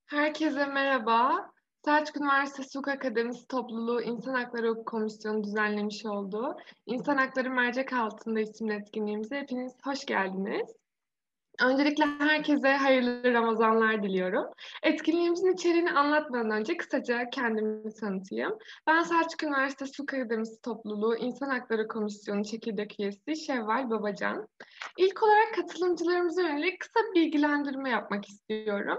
Herkese merhaba. Selçuk Üniversitesi Hukuk Akademisi Topluluğu İnsan Hakları Hukuk Komisyonu düzenlemiş olduğu İnsan Hakları Mercek Altında isimli etkinliğimize hepiniz hoş geldiniz. Öncelikle herkese hayırlı Ramazanlar diliyorum. Etkinliğimizin içeriğini anlatmadan önce kısaca kendimi tanıtayım. Ben Selçuk Üniversitesi Hukuk Akademisi Topluluğu İnsan Hakları Komisyonu Çekirdek Üyesi Şevval Babacan. İlk olarak katılımcılarımıza yönelik kısa bilgilendirme yapmak istiyorum.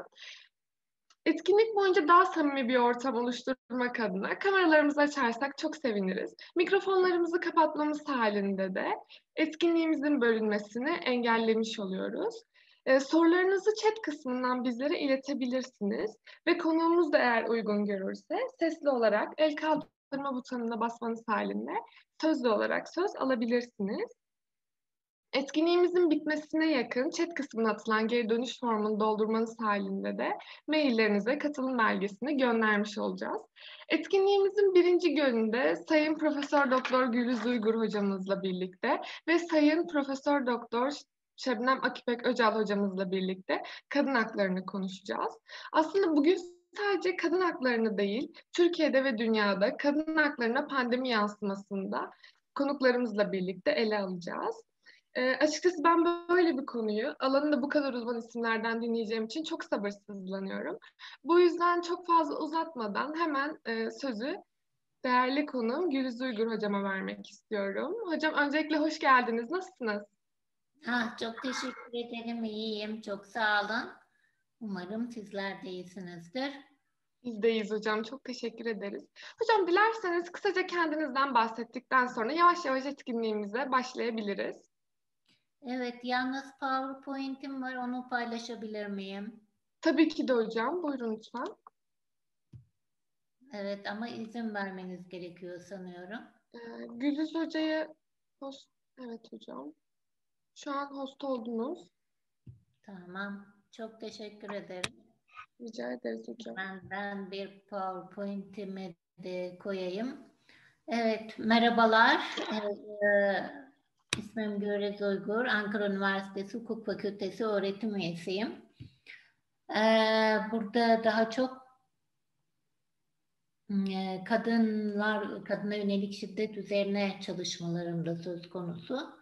Etkinlik boyunca daha samimi bir ortam oluşturmak adına kameralarımızı açarsak çok seviniriz. Mikrofonlarımızı kapatmamız halinde de etkinliğimizin bölünmesini engellemiş oluyoruz. Sorularınızı chat kısmından bizlere iletebilirsiniz ve konuğumuz da eğer uygun görürse sesli olarak el kaldırma butonuna basmanız halinde sözlü olarak söz alabilirsiniz. Etkinliğimizin bitmesine yakın chat kısmına atılan geri dönüş formunu doldurmanız halinde de maillerinize katılım belgesini göndermiş olacağız. Etkinliğimizin birinci gününde Sayın Profesör Doktor Gülüz Uygur hocamızla birlikte ve Sayın Profesör Doktor Şebnem Akipek Öcal hocamızla birlikte kadın haklarını konuşacağız. Aslında bugün sadece kadın haklarını değil, Türkiye'de ve dünyada kadın haklarına pandemi yansımasında konuklarımızla birlikte ele alacağız. Açıkçası ben böyle bir konuyu alanında bu kadar uzman isimlerden dinleyeceğim için çok sabırsızlanıyorum. Bu yüzden çok fazla uzatmadan hemen sözü değerli konuğum Gülüz Uygur hocama vermek istiyorum. Hocam öncelikle hoş geldiniz. Nasılsınız? Çok teşekkür ederim. İyiyim. Çok sağ olun. Umarım sizler de iyisinizdir. Biz deyiz hocam. Çok teşekkür ederiz. Hocam dilerseniz kısaca kendinizden bahsettikten sonra yavaş yavaş etkinliğimize başlayabiliriz. Evet, yalnız PowerPoint'im var. Onu paylaşabilir miyim? Tabii ki de hocam. Buyurun lütfen. Evet ama izin vermeniz gerekiyor sanıyorum. Gülüz hocaya host... Evet hocam. Şu an host oldunuz. Tamam. Çok teşekkür ederim. Rica ederiz hocam. Ben bir PowerPoint'imi de koyayım. Evet, merhabalar. İsmim Gülriz Uygur. Ankara Üniversitesi Hukuk Fakültesi öğretim üyesiyim. Burada daha çok kadına yönelik şiddet üzerine çalışmalarımda söz konusu.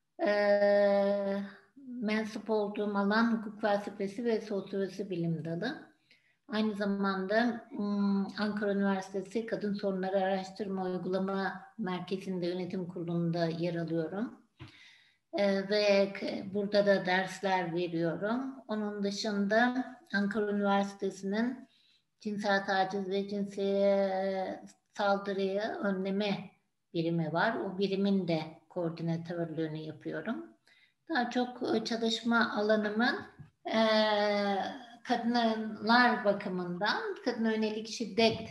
Mensup olduğum alan hukuk felsefesi ve sosyoloji bilim dalı. Aynı zamanda Ankara Üniversitesi Kadın Sorunları Araştırma Uygulama Merkezi'nde yönetim kurulunda yer alıyorum. Ve burada da dersler veriyorum. Onun dışında Ankara Üniversitesi'nin cinsel taciz ve cinsel saldırıyı önleme birimi var. O birimin de koordinatörlüğünü yapıyorum. Daha çok çalışma alanımın kadınlar bakımından kadına yönelik şiddet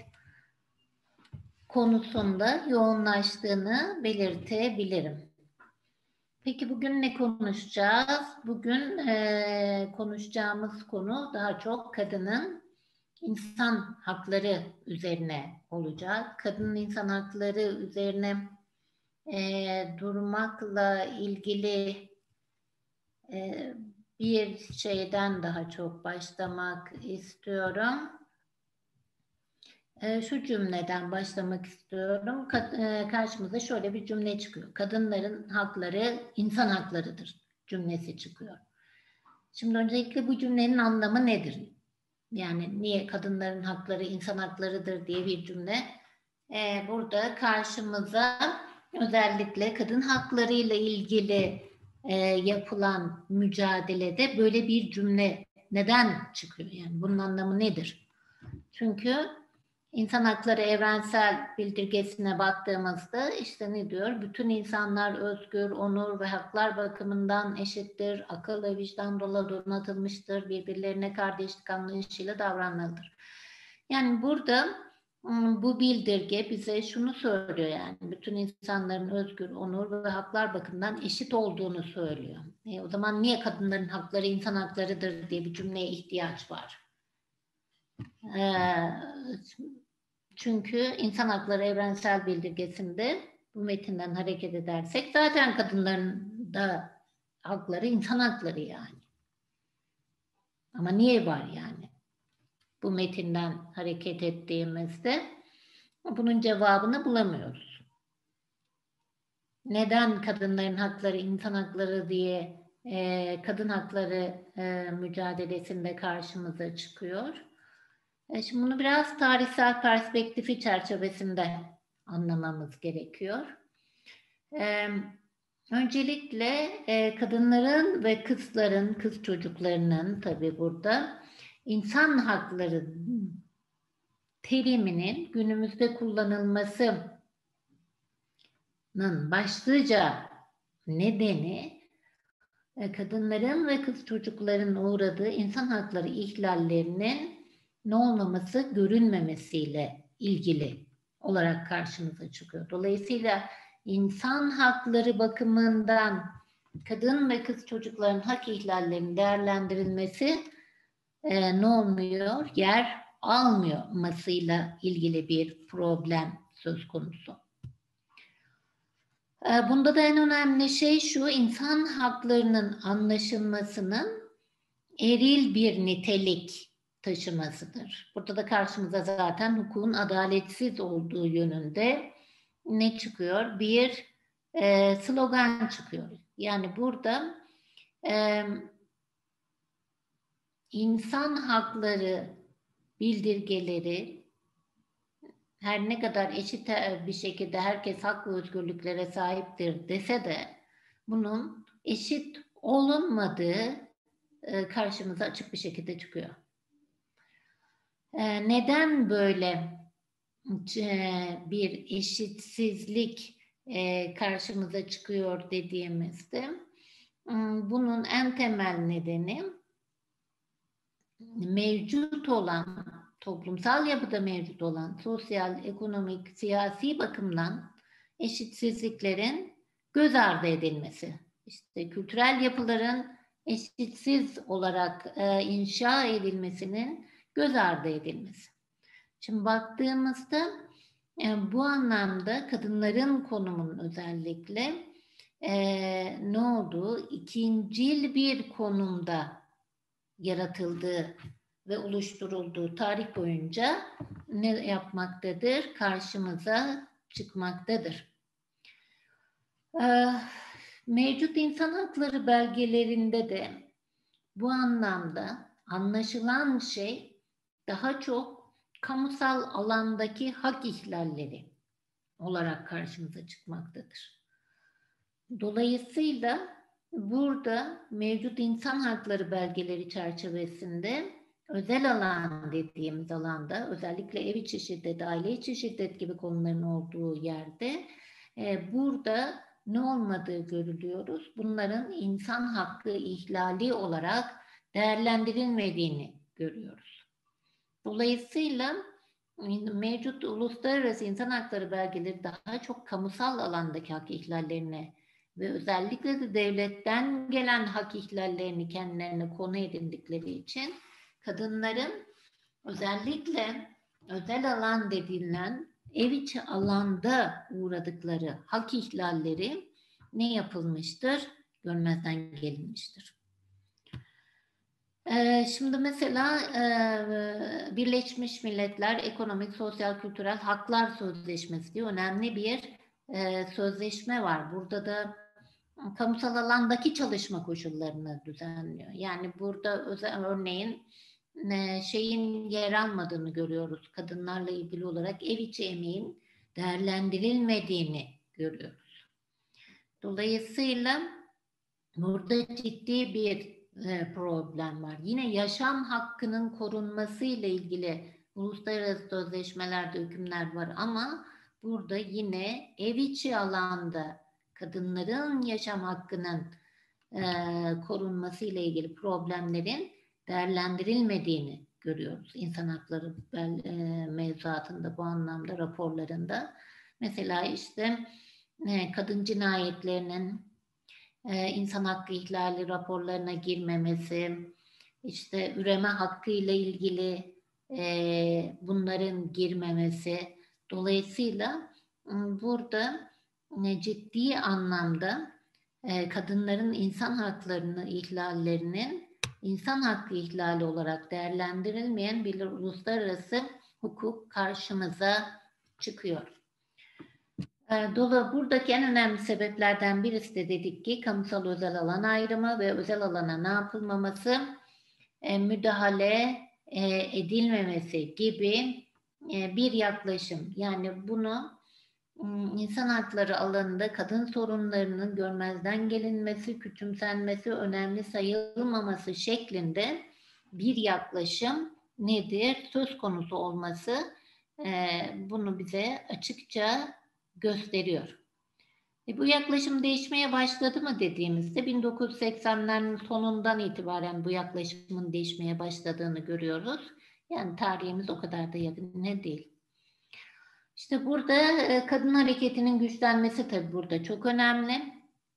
konusunda yoğunlaştığını belirtebilirim. Peki bugün ne konuşacağız? Bugün konuşacağımız konu daha çok kadının insan hakları üzerine olacak. Kadının insan hakları üzerine durmakla ilgili bir şeyden daha çok başlamak istiyorum. Şu cümleden başlamak istiyorum. Karşımıza şöyle bir cümle çıkıyor. Kadınların hakları insan haklarıdır cümlesi çıkıyor. Şimdi öncelikle bu cümlenin anlamı nedir? Yani niye kadınların hakları insan haklarıdır diye bir cümle. Burada karşımıza özellikle kadın haklarıyla ilgili yapılan mücadelede böyle bir cümle neden çıkıyor? Yani bunun anlamı nedir? Çünkü İnsan Hakları Evrensel Bildirgesi'ne baktığımızda işte ne diyor? Bütün insanlar özgür, onur ve haklar bakımından eşittir, akıl ve vicdan dolu donatılmıştır, birbirlerine kardeşlik anlayışıyla davranmalıdır. Yani burada bu bildirge bize şunu söylüyor, yani bütün insanların özgür, onur ve haklar bakımından eşit olduğunu söylüyor. O zaman niye kadınların hakları insan haklarıdır diye bir cümleye ihtiyaç var? Çünkü İnsan Hakları Evrensel Bildirgesi'nde bu metinden hareket edersek zaten kadınların da hakları insan hakları yani. Ama niye var yani? bu metinden hareket ettiğimizde bunun cevabını bulamıyoruz. Neden kadınların hakları, insan hakları diye kadın hakları mücadelesinde karşımıza çıkıyor? Şimdi bunu biraz tarihsel perspektifi çerçevesinde anlamamız gerekiyor. Öncelikle kadınların ve kızların, kız çocuklarının tabii burada insan hakları teriminin günümüzde kullanılmasının başlıca nedeni kadınların ve kız çocukların uğradığı insan hakları ihlallerinin ne olmaması, görünmemesiyle ilgili olarak karşımıza çıkıyor. Dolayısıyla insan hakları bakımından kadın ve kız çocukların hak ihlallerinin değerlendirilmesi ne olmuyor? Yer almamasıyla ilgili bir problem söz konusu. Bunda da en önemli şey şu, insan haklarının anlaşılmasının eril bir nitelik taşımasıdır. Burada da karşımıza zaten hukukun adaletsiz olduğu yönünde ne çıkıyor? Bir slogan çıkıyor. Yani burada insan hakları bildirgeleri her ne kadar eşit bir şekilde herkes hak ve özgürlüklere sahiptir dese de bunun eşit olunmadığı karşımıza açık bir şekilde çıkıyor. Neden böyle bir eşitsizlik karşımıza çıkıyor dediğimizde bunun en temel nedeni mevcut olan, toplumsal yapıda mevcut olan sosyal, ekonomik, siyasi bakımdan eşitsizliklerin göz ardı edilmesi. İşte kültürel yapıların eşitsiz olarak inşa edilmesinin göz ardı edilmesi. Şimdi baktığımızda bu anlamda kadınların konumunun özellikle ne olduğu, ikincil bir konumda yaratıldığı ve oluşturulduğu tarih boyunca ne yapmaktadır? Karşımıza çıkmaktadır. Mevcut insan hakları belgelerinde de bu anlamda anlaşılan şey daha çok kamusal alandaki hak ihlalleri olarak karşımıza çıkmaktadır. Dolayısıyla burada mevcut insan hakları belgeleri çerçevesinde özel alan dediğimiz alanda, özellikle ev içi şiddet, aile içi şiddet gibi konuların olduğu yerde burada ne olmadığı görülüyoruz. Bunların insan hakkı ihlali olarak değerlendirilmediğini görüyoruz. Dolayısıyla mevcut uluslararası insan hakları belgeleri daha çok kamusal alandaki hak ihlallerine ve özellikle de devletten gelen hak ihlallerini kendilerine konu edindikleri için kadınların özellikle özel alan dediğinden ev içi alanda uğradıkları hak ihlalleri ne yapılmıştır? Görmezden gelinmiştir. Şimdi mesela Birleşmiş Milletler Ekonomik, Sosyal, Kültürel Haklar Sözleşmesi diye önemli bir sözleşme var. Burada da kamusal alandaki çalışma koşullarını düzenliyor. Yani burada örneğin şeyin yer almadığını görüyoruz. Kadınlarla ilgili olarak ev içi emeğin değerlendirilmediğini görüyoruz. Dolayısıyla burada ciddi bir problem var. Yine yaşam hakkının korunması ile ilgili uluslararası sözleşmelerde hükümler var ama burada yine ev içi alanda kadınların yaşam hakkının korunması ile ilgili problemlerin değerlendirilmediğini görüyoruz. İnsan hakları mevzuatında bu anlamda raporlarında. Mesela işte kadın cinayetlerinin insan hakkı ihlali raporlarına girmemesi, işte üreme hakkı ile ilgili bunların girmemesi. Dolayısıyla burada ciddi anlamda kadınların insan haklarını ihlallerinin insan hakkı ihlali olarak değerlendirilmeyen bir uluslararası hukuk karşımıza çıkıyor. Buradaki en önemli sebeplerden birisi de dedik ki kamusal özel alan ayrımı ve özel alana ne yapılmaması, müdahale edilmemesi gibi bir yaklaşım. Yani bunu insan hakları alanında kadın sorunlarının görmezden gelinmesi, küçümsenmesi, önemli sayılmaması şeklinde bir yaklaşım nedir? Söz konusu olması bunu bize açıkça gösteriyor. Bu yaklaşım değişmeye başladı mı dediğimizde 1980'lerin sonundan itibaren bu yaklaşımın değişmeye başladığını görüyoruz. Yani tarihimiz o kadar da yakın değil. İşte burada kadın hareketinin güçlenmesi tabii burada çok önemli.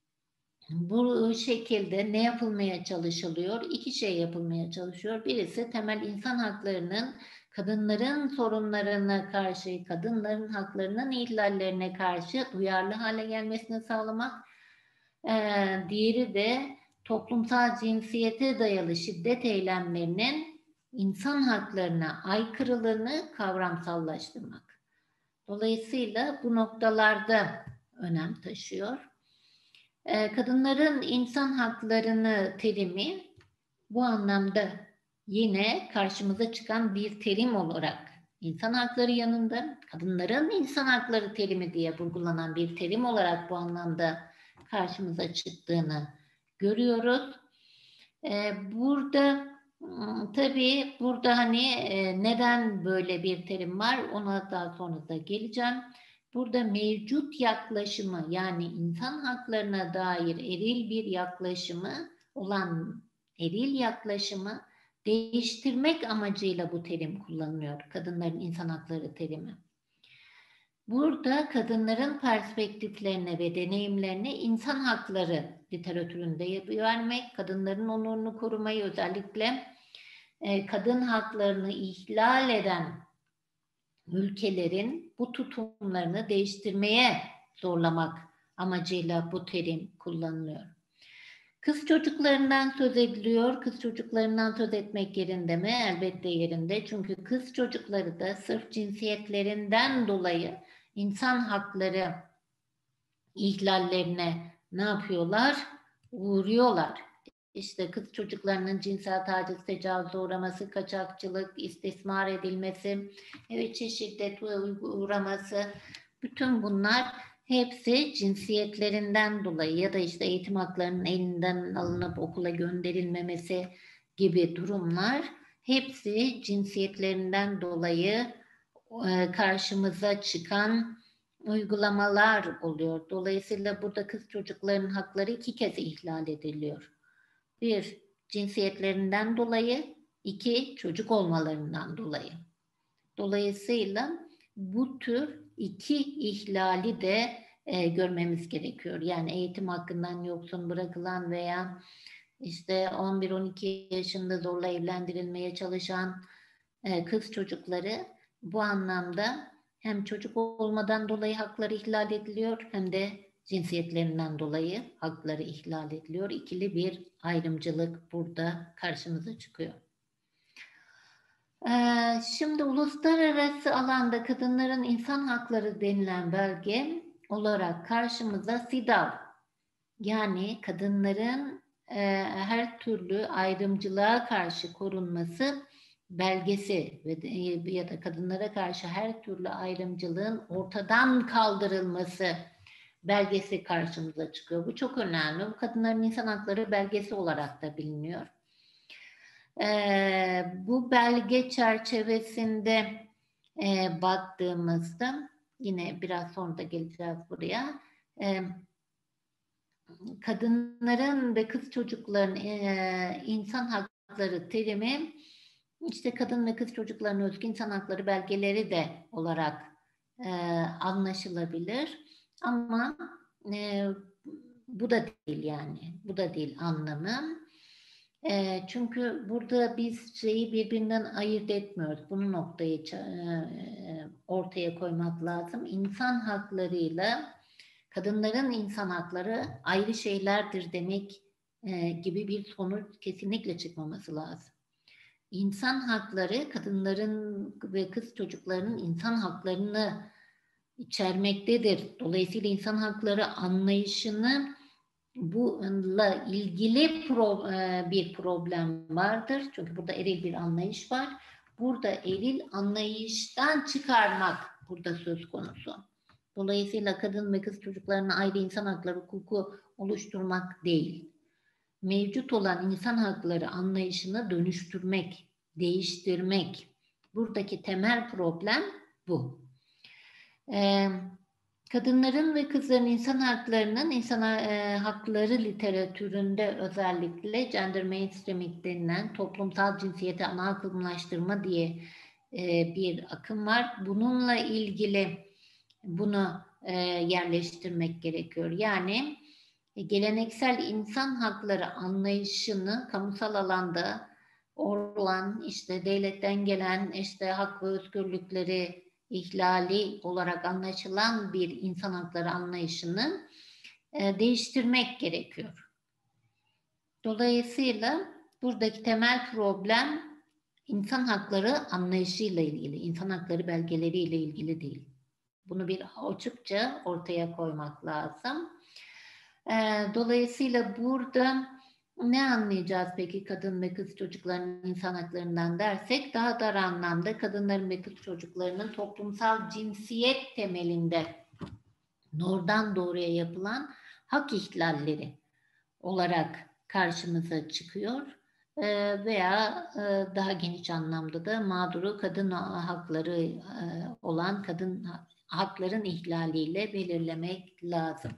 Bu şekilde ne yapılmaya çalışılıyor? İki şey yapılmaya çalışıyor. Birisi temel insan haklarının kadınların sorunlarına karşı, kadınların haklarının ihlallerine karşı duyarlı hale gelmesini sağlamak. Diğeri de toplumsal cinsiyete dayalı şiddet eylemlerinin insan haklarına aykırılığını kavramsallaştırmak. Dolayısıyla bu noktalarda önem taşıyor. Kadınların insan haklarını terimi bu anlamda yine karşımıza çıkan bir terim olarak insan hakları yanında kadınların insan hakları terimi diye vurgulanan bir terim olarak bu anlamda karşımıza çıktığını görüyoruz. Burada tabii burada hani neden böyle bir terim var ona daha sonra da geleceğim. Burada mevcut yaklaşımı yani insan haklarına dair eril bir yaklaşımı olan eril yaklaşımı değiştirmek amacıyla bu terim kullanılıyor. Kadınların insan hakları terimi. Burada kadınların perspektiflerine ve deneyimlerine insan hakları literatüründe vermek, kadınların onurunu korumayı özellikle kadın haklarını ihlal eden ülkelerin bu tutumlarını değiştirmeye zorlamak amacıyla bu terim kullanılıyor. Kız çocuklarından söz ediliyor. Kız çocuklarından söz etmek yerinde mi? Elbette yerinde. Çünkü kız çocukları da sırf cinsiyetlerinden dolayı insan hakları ihlallerine ne yapıyorlar? Uğruyorlar. İşte kız çocuklarının cinsel taciz, tecavüze uğraması, kaçakçılık, istismar edilmesi, şiddet uğraması, bütün bunlar hepsi cinsiyetlerinden dolayı ya da işte eğitim haklarının elinden alınıp okula gönderilmemesi gibi durumlar hepsi cinsiyetlerinden dolayı karşımıza çıkan uygulamalar oluyor. Dolayısıyla burada kız çocuklarının hakları iki kez ihlal ediliyor. Bir, cinsiyetlerinden dolayı, iki, çocuk olmalarından dolayı. Dolayısıyla bu tür iki ihlali de görmemiz gerekiyor. Yani eğitim hakkından yoksun bırakılan veya işte 11-12 yaşında zorla evlendirilmeye çalışan kız çocukları bu anlamda hem çocuk olmadan dolayı hakları ihlal ediliyor hem de cinsiyetlerinden dolayı hakları ihlal ediliyor. İkili bir ayrımcılık burada karşımıza çıkıyor. Şimdi uluslararası alanda kadınların insan hakları denilen belge olarak karşımıza CEDAW yani kadınların her türlü ayrımcılığa karşı korunması belgesi ya da kadınlara karşı her türlü ayrımcılığın ortadan kaldırılması belgesi karşımıza çıkıyor. Bu çok önemli. Bu kadınların insan hakları belgesi olarak da biliniyor. Bu belge çerçevesinde baktığımızda yine biraz sonra da geleceğiz buraya. Kadınların ve kız çocukların insan hakları terimi işte kadın ve kız çocukların özgü insan hakları belgeleri de olarak anlaşılabilir. Ama bu da değil yani. Bu da değil anlamı. Çünkü burada biz şeyi birbirinden ayırt etmiyoruz. Bunu noktayı ortaya koymak lazım. İnsan haklarıyla kadınların insan hakları ayrı şeylerdir demek gibi bir sonuç kesinlikle çıkmaması lazım. İnsan hakları kadınların ve kız çocuklarının insan haklarını içermektedir. Dolayısıyla insan hakları anlayışını bununla ilgili bir problem vardır. Çünkü burada eril bir anlayış var. Burada eril anlayıştan çıkarmak burada söz konusu. Dolayısıyla kadın ve kız çocuklarına ayrı insan hakları hukuku oluşturmak değil. Mevcut olan insan hakları anlayışını dönüştürmek, değiştirmek. Buradaki temel problem bu. Kadınların ve kızların insan haklarının hakları literatüründe özellikle gender mainstreaming denilen toplumsal cinsiyeti ana akımlaştırma diye bir akım var. Bununla ilgili bunu yerleştirmek gerekiyor. Yani geleneksel insan hakları anlayışını kamusal alanda olan işte devletten gelen işte hak ve özgürlükleri ihlali olarak anlaşılan bir insan hakları anlayışını değiştirmek gerekiyor. Dolayısıyla buradaki temel problem insan hakları anlayışıyla ilgili, insan hakları belgeleriyle ilgili değil. Bunu bir açıkça ortaya koymak lazım. Dolayısıyla burada ne anlayacağız peki kadın ve kız çocuklarının insan haklarından dersek, daha dar anlamda kadınların ve kız çocuklarının toplumsal cinsiyet temelinde doğrudan doğruya yapılan hak ihlalleri olarak karşımıza çıkıyor. Veya daha geniş anlamda da mağduru kadın hakları olan kadın hakların ihlaliyle belirlemek lazım.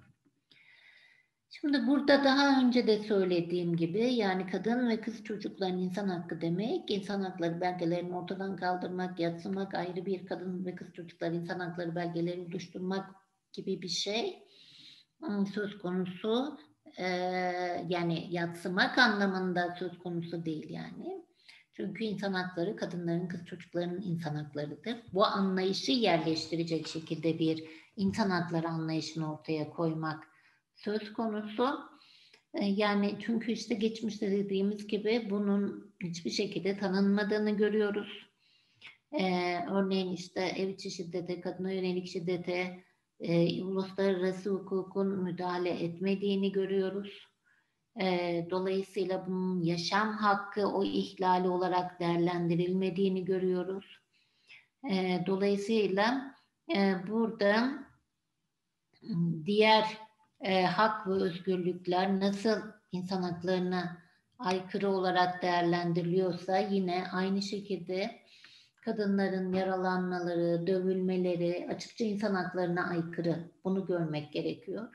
Şimdi burada daha önce de söylediğim gibi yani kadın ve kız çocukların insan hakkı demek, insan hakları belgelerini ortadan kaldırmak, yadsımak, ayrı bir kadın ve kız çocuklar insan hakları belgeleri oluşturmak gibi bir şey söz konusu. Yani yadsımak anlamında söz konusu değil yani. Çünkü insan hakları kadınların, kız çocuklarının insan haklarıdır. Bu anlayışı yerleştirecek şekilde bir insan hakları anlayışını ortaya koymak söz konusu. Yani çünkü işte geçmişte dediğimiz gibi bunun hiçbir şekilde tanınmadığını görüyoruz. Örneğin işte ev içi şiddete, kadına yönelik şiddete, uluslararası hukukun müdahale etmediğini görüyoruz. Dolayısıyla bunun yaşam hakkı o ihlali olarak değerlendirilmediğini görüyoruz. Dolayısıyla burada diğer hak ve özgürlükler nasıl insan haklarına aykırı olarak değerlendiriliyorsa yine aynı şekilde kadınların yaralanmaları, dövülmeleri açıkça insan haklarına aykırı. Bunu görmek gerekiyor.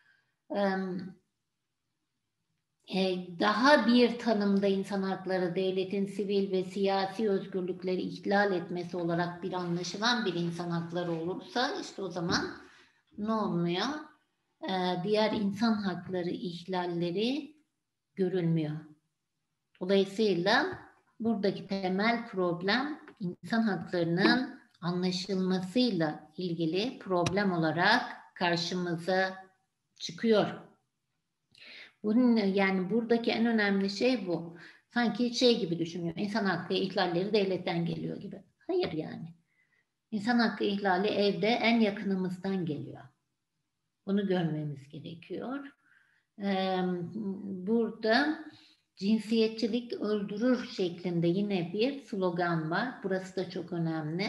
Daha bir tanımda insan hakları devletin sivil ve siyasi özgürlükleri ihlal etmesi olarak bir anlaşılan bir insan hakları olursa işte o zaman ne olmuyor? Diğer insan hakları ihlalleri görülmüyor. Dolayısıyla buradaki temel problem insan haklarının anlaşılmasıyla ilgili problem olarak karşımıza çıkıyor. Bunun yani buradaki en önemli şey bu. Sanki şey gibi düşünüyor. İnsan hakkı ihlalleri devletten geliyor gibi. Hayır yani. İnsan hakkı ihlali evde en yakınımızdan geliyor. Bunu görmemiz gerekiyor. Burada cinsiyetçilik öldürür şeklinde yine bir slogan var. Burası da çok önemli.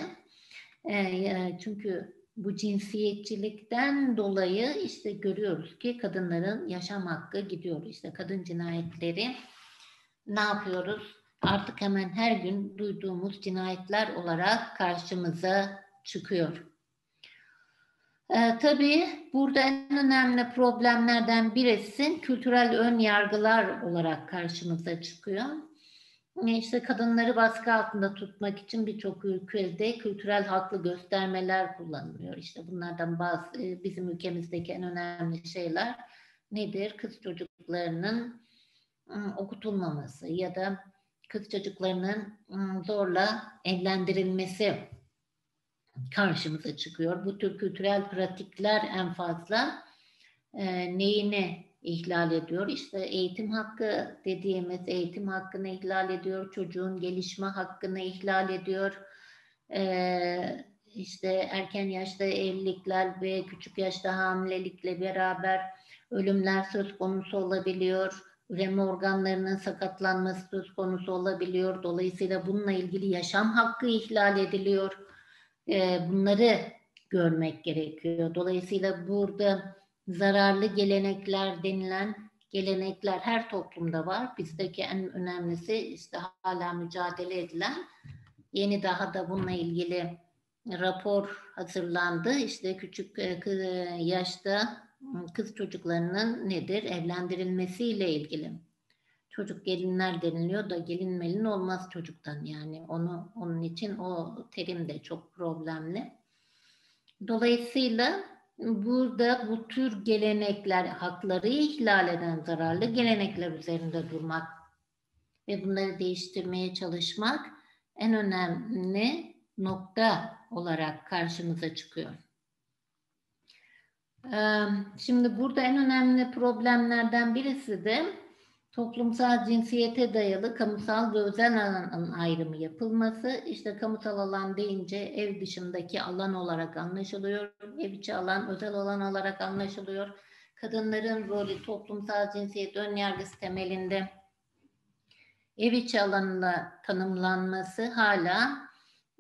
Çünkü bu cinsiyetçilikten dolayı işte görüyoruz ki kadınların yaşam hakkı gidiyor. İşte kadın cinayetleri ne yapıyoruz? Artık hemen her gün duyduğumuz cinayetler olarak karşımıza çıkıyor. Tabii burada en önemli problemlerden birisi kültürel ön yargılar olarak karşımıza çıkıyor. İşte kadınları baskı altında tutmak için birçok ülkede kültürel haklı göstermeler kullanılıyor. İşte bunlardan bazı bizim ülkemizdeki en önemli şeyler nedir? Kız çocuklarının okutulmaması ya da kız çocuklarının zorla evlendirilmesi karşımıza çıkıyor. Bu tür kültürel pratikler en fazla neyini ihlal ediyor. İşte eğitim hakkı dediğimiz eğitim hakkını ihlal ediyor. Çocuğun gelişme hakkını ihlal ediyor. İşte erken yaşta evlilikler ve küçük yaşta hamilelikle beraber ölümler söz konusu olabiliyor. Üreme organlarının sakatlanması söz konusu olabiliyor. Dolayısıyla bununla ilgili yaşam hakkı ihlal ediliyor. Bunları görmek gerekiyor. Dolayısıyla burada zararlı gelenekler denilen gelenekler her toplumda var. Bizdeki en önemlisi işte hala mücadele edilen, yeni daha da bununla ilgili rapor hazırlandı. İşte küçük yaşta kız çocuklarının evlendirilmesiyle ilgili. Çocuk gelinler deniliyor da gelin melin olmaz çocuktan, yani onun için o terim de çok problemli. Dolayısıyla burada bu tür gelenekler, hakları ihlal eden zararlı gelenekler üzerinde durmak ve bunları değiştirmeye çalışmak en önemli nokta olarak karşımıza çıkıyor. Şimdi burada en önemli problemlerden birisi de toplumsal cinsiyete dayalı kamusal ve özel alan ayrımı yapılması. İşte kamusal alan deyince ev dışındaki alan olarak anlaşılıyor, ev içi alan özel alan olarak anlaşılıyor. Kadınların rolü toplumsal cinsiyet önyargısı temelinde ev içi alanla tanımlanması hala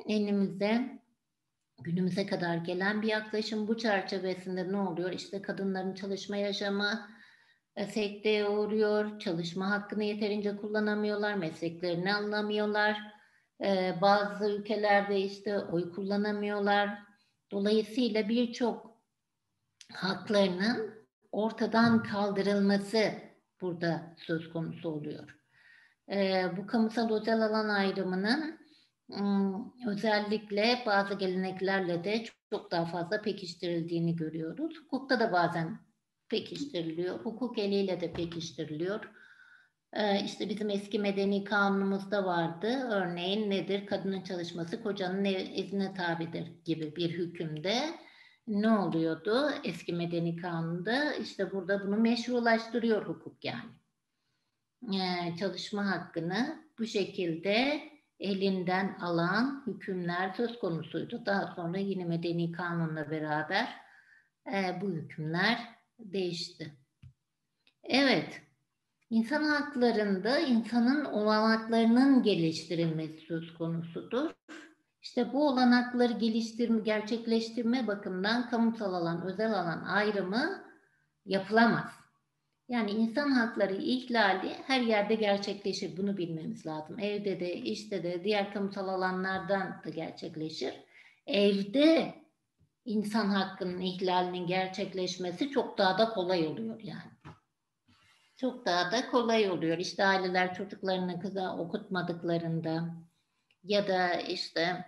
günümüze kadar gelen bir yaklaşım. Bu çerçevesinde ne oluyor? İşte kadınların çalışma yaşamı sekteye uğruyor, çalışma hakkını yeterince kullanamıyorlar, mesleklerini anlamıyorlar. Bazı ülkelerde işte oy kullanamıyorlar. Dolayısıyla birçok haklarının ortadan kaldırılması burada söz konusu oluyor. Bu kamusal özel alan ayrımının özellikle bazı geleneklerle de çok daha fazla pekiştirildiğini görüyoruz. Hukukta da bazen pekiştiriliyor. Hukuk eliyle de pekiştiriliyor. İşte bizim eski medeni kanunumuzda vardı. Örneğin nedir? Kadının çalışması kocanın iznine tabidir gibi bir hükümde ne oluyordu? Eski medeni kanunda işte burada bunu meşrulaştırıyor hukuk yani. Çalışma hakkını bu şekilde elinden alan hükümler söz konusuydu. Daha sonra yine medeni kanunla beraber bu hükümler değişti. Evet, insan haklarında insanın olanaklarının geliştirilmesi söz konusudur. İşte bu olanakları gerçekleştirme bakımından kamusal alan, özel alan ayrımı yapılamaz. Yani insan hakları ihlali her yerde gerçekleşir. Bunu bilmemiz lazım. Evde de, işte de, diğer kamusal alanlardan da gerçekleşir. Evde insan hakkının ihlalinin gerçekleşmesi çok daha da kolay oluyor yani. Çok daha da kolay oluyor. İşte aileler çocuklarını kıza okutmadıklarında ya da işte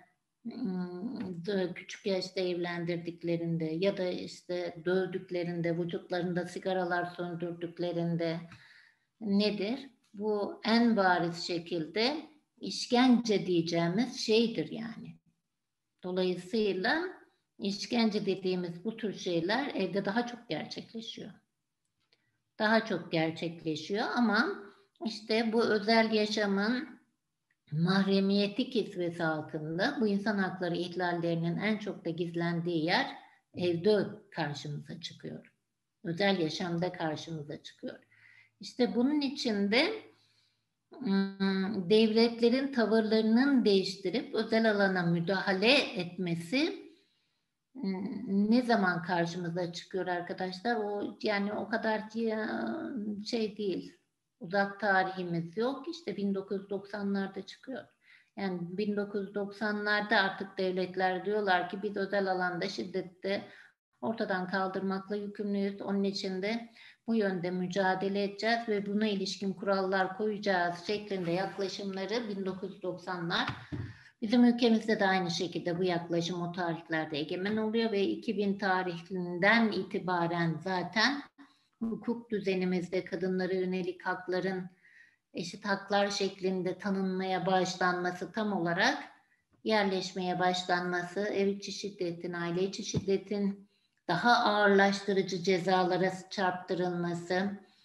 küçük yaşta evlendirdiklerinde ya da işte dövdüklerinde, vücutlarında sigaralar söndürdüklerinde nedir? Bu en bariz şekilde işkence diyeceğimiz şeydir yani. Dolayısıyla işkence dediğimiz bu tür şeyler evde daha çok gerçekleşiyor. Daha çok gerçekleşiyor ama işte bu özel yaşamın mahremiyeti kisvesi altında bu insan hakları ihlallerinin en çok da gizlendiği yer evde karşımıza çıkıyor. Özel yaşamda karşımıza çıkıyor. İşte bunun için de devletlerin tavırlarının değiştirip özel alana müdahale etmesi ne zaman karşımıza çıkıyor arkadaşlar? Yani o kadar şey değil. Uzak tarihimiz yok. İşte 1990'larda çıkıyor. Yani 1990'larda artık devletler diyorlar ki biz özel alanda şiddette ortadan kaldırmakla yükümlüyüz. Onun için de bu yönde mücadele edeceğiz ve buna ilişkin kurallar koyacağız şeklinde yaklaşımları 1990'lar. Bizim ülkemizde de aynı şekilde bu yaklaşım o tarihlerde egemen oluyor ve 2000 tarihinden itibaren zaten hukuk düzenimizde kadınlara yönelik hakların eşit haklar şeklinde tanınmaya başlanması, tam olarak yerleşmeye başlanması, ev içi şiddetin, aile içi şiddetin daha ağırlaştırıcı cezalara çarptırılması,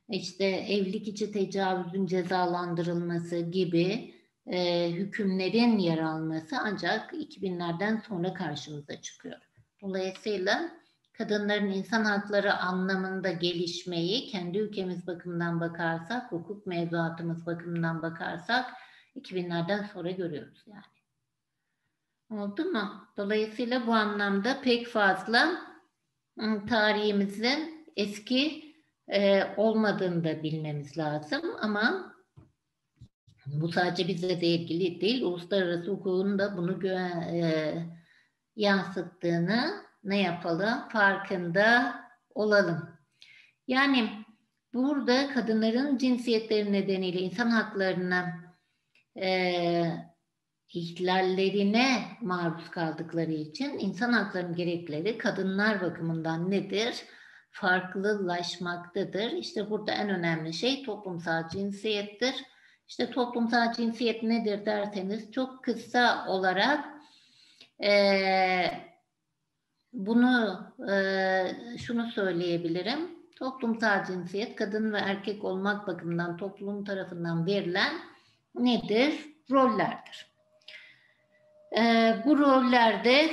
işte evlilik içi tecavüzün cezalandırılması gibi hükümlerin yer alması ancak 2000'lerden sonra karşımıza çıkıyor. Dolayısıyla kadınların insan hakları anlamında gelişmeyi kendi ülkemiz bakımından bakarsak, hukuk mevzuatımız bakımından bakarsak 2000'lerden sonra görüyoruz yani. Oldu mu? Dolayısıyla bu anlamda pek fazla tarihimizin eski olmadığını da bilmemiz lazım ama bu sadece bize de ilgili değil, uluslararası hukukun da bunu yansıttığını ne yapalım? Farkında olalım. Yani burada kadınların cinsiyetleri nedeniyle insan haklarına ihlallerine maruz kaldıkları için insan haklarının gerekleri kadınlar bakımından nedir? Farklılaşmaktadır. İşte burada en önemli şey toplumsal cinsiyettir. İşte toplumsal cinsiyet nedir derseniz çok kısa olarak bunu şunu söyleyebilirim. Toplumsal cinsiyet kadın ve erkek olmak bakımından toplum tarafından verilen nedir? Rollerdir. Bu rollerde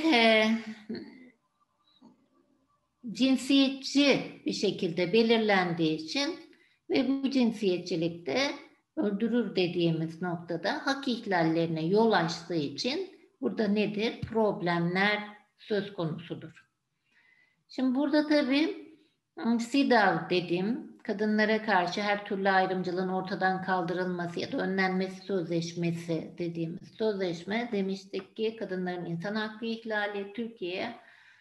cinsiyetçi bir şekilde belirlendiği için ve bu cinsiyetçilikte öldürür dediğimiz noktada hak ihlallerine yol açtığı için burada nedir? Problemler söz konusudur. Şimdi burada tabii CEDAW dediğim kadınlara karşı her türlü ayrımcılığın ortadan kaldırılması ya da önlenmesi sözleşmesi dediğimiz sözleşme demiştik ki kadınların insan hakkı ihlali Türkiye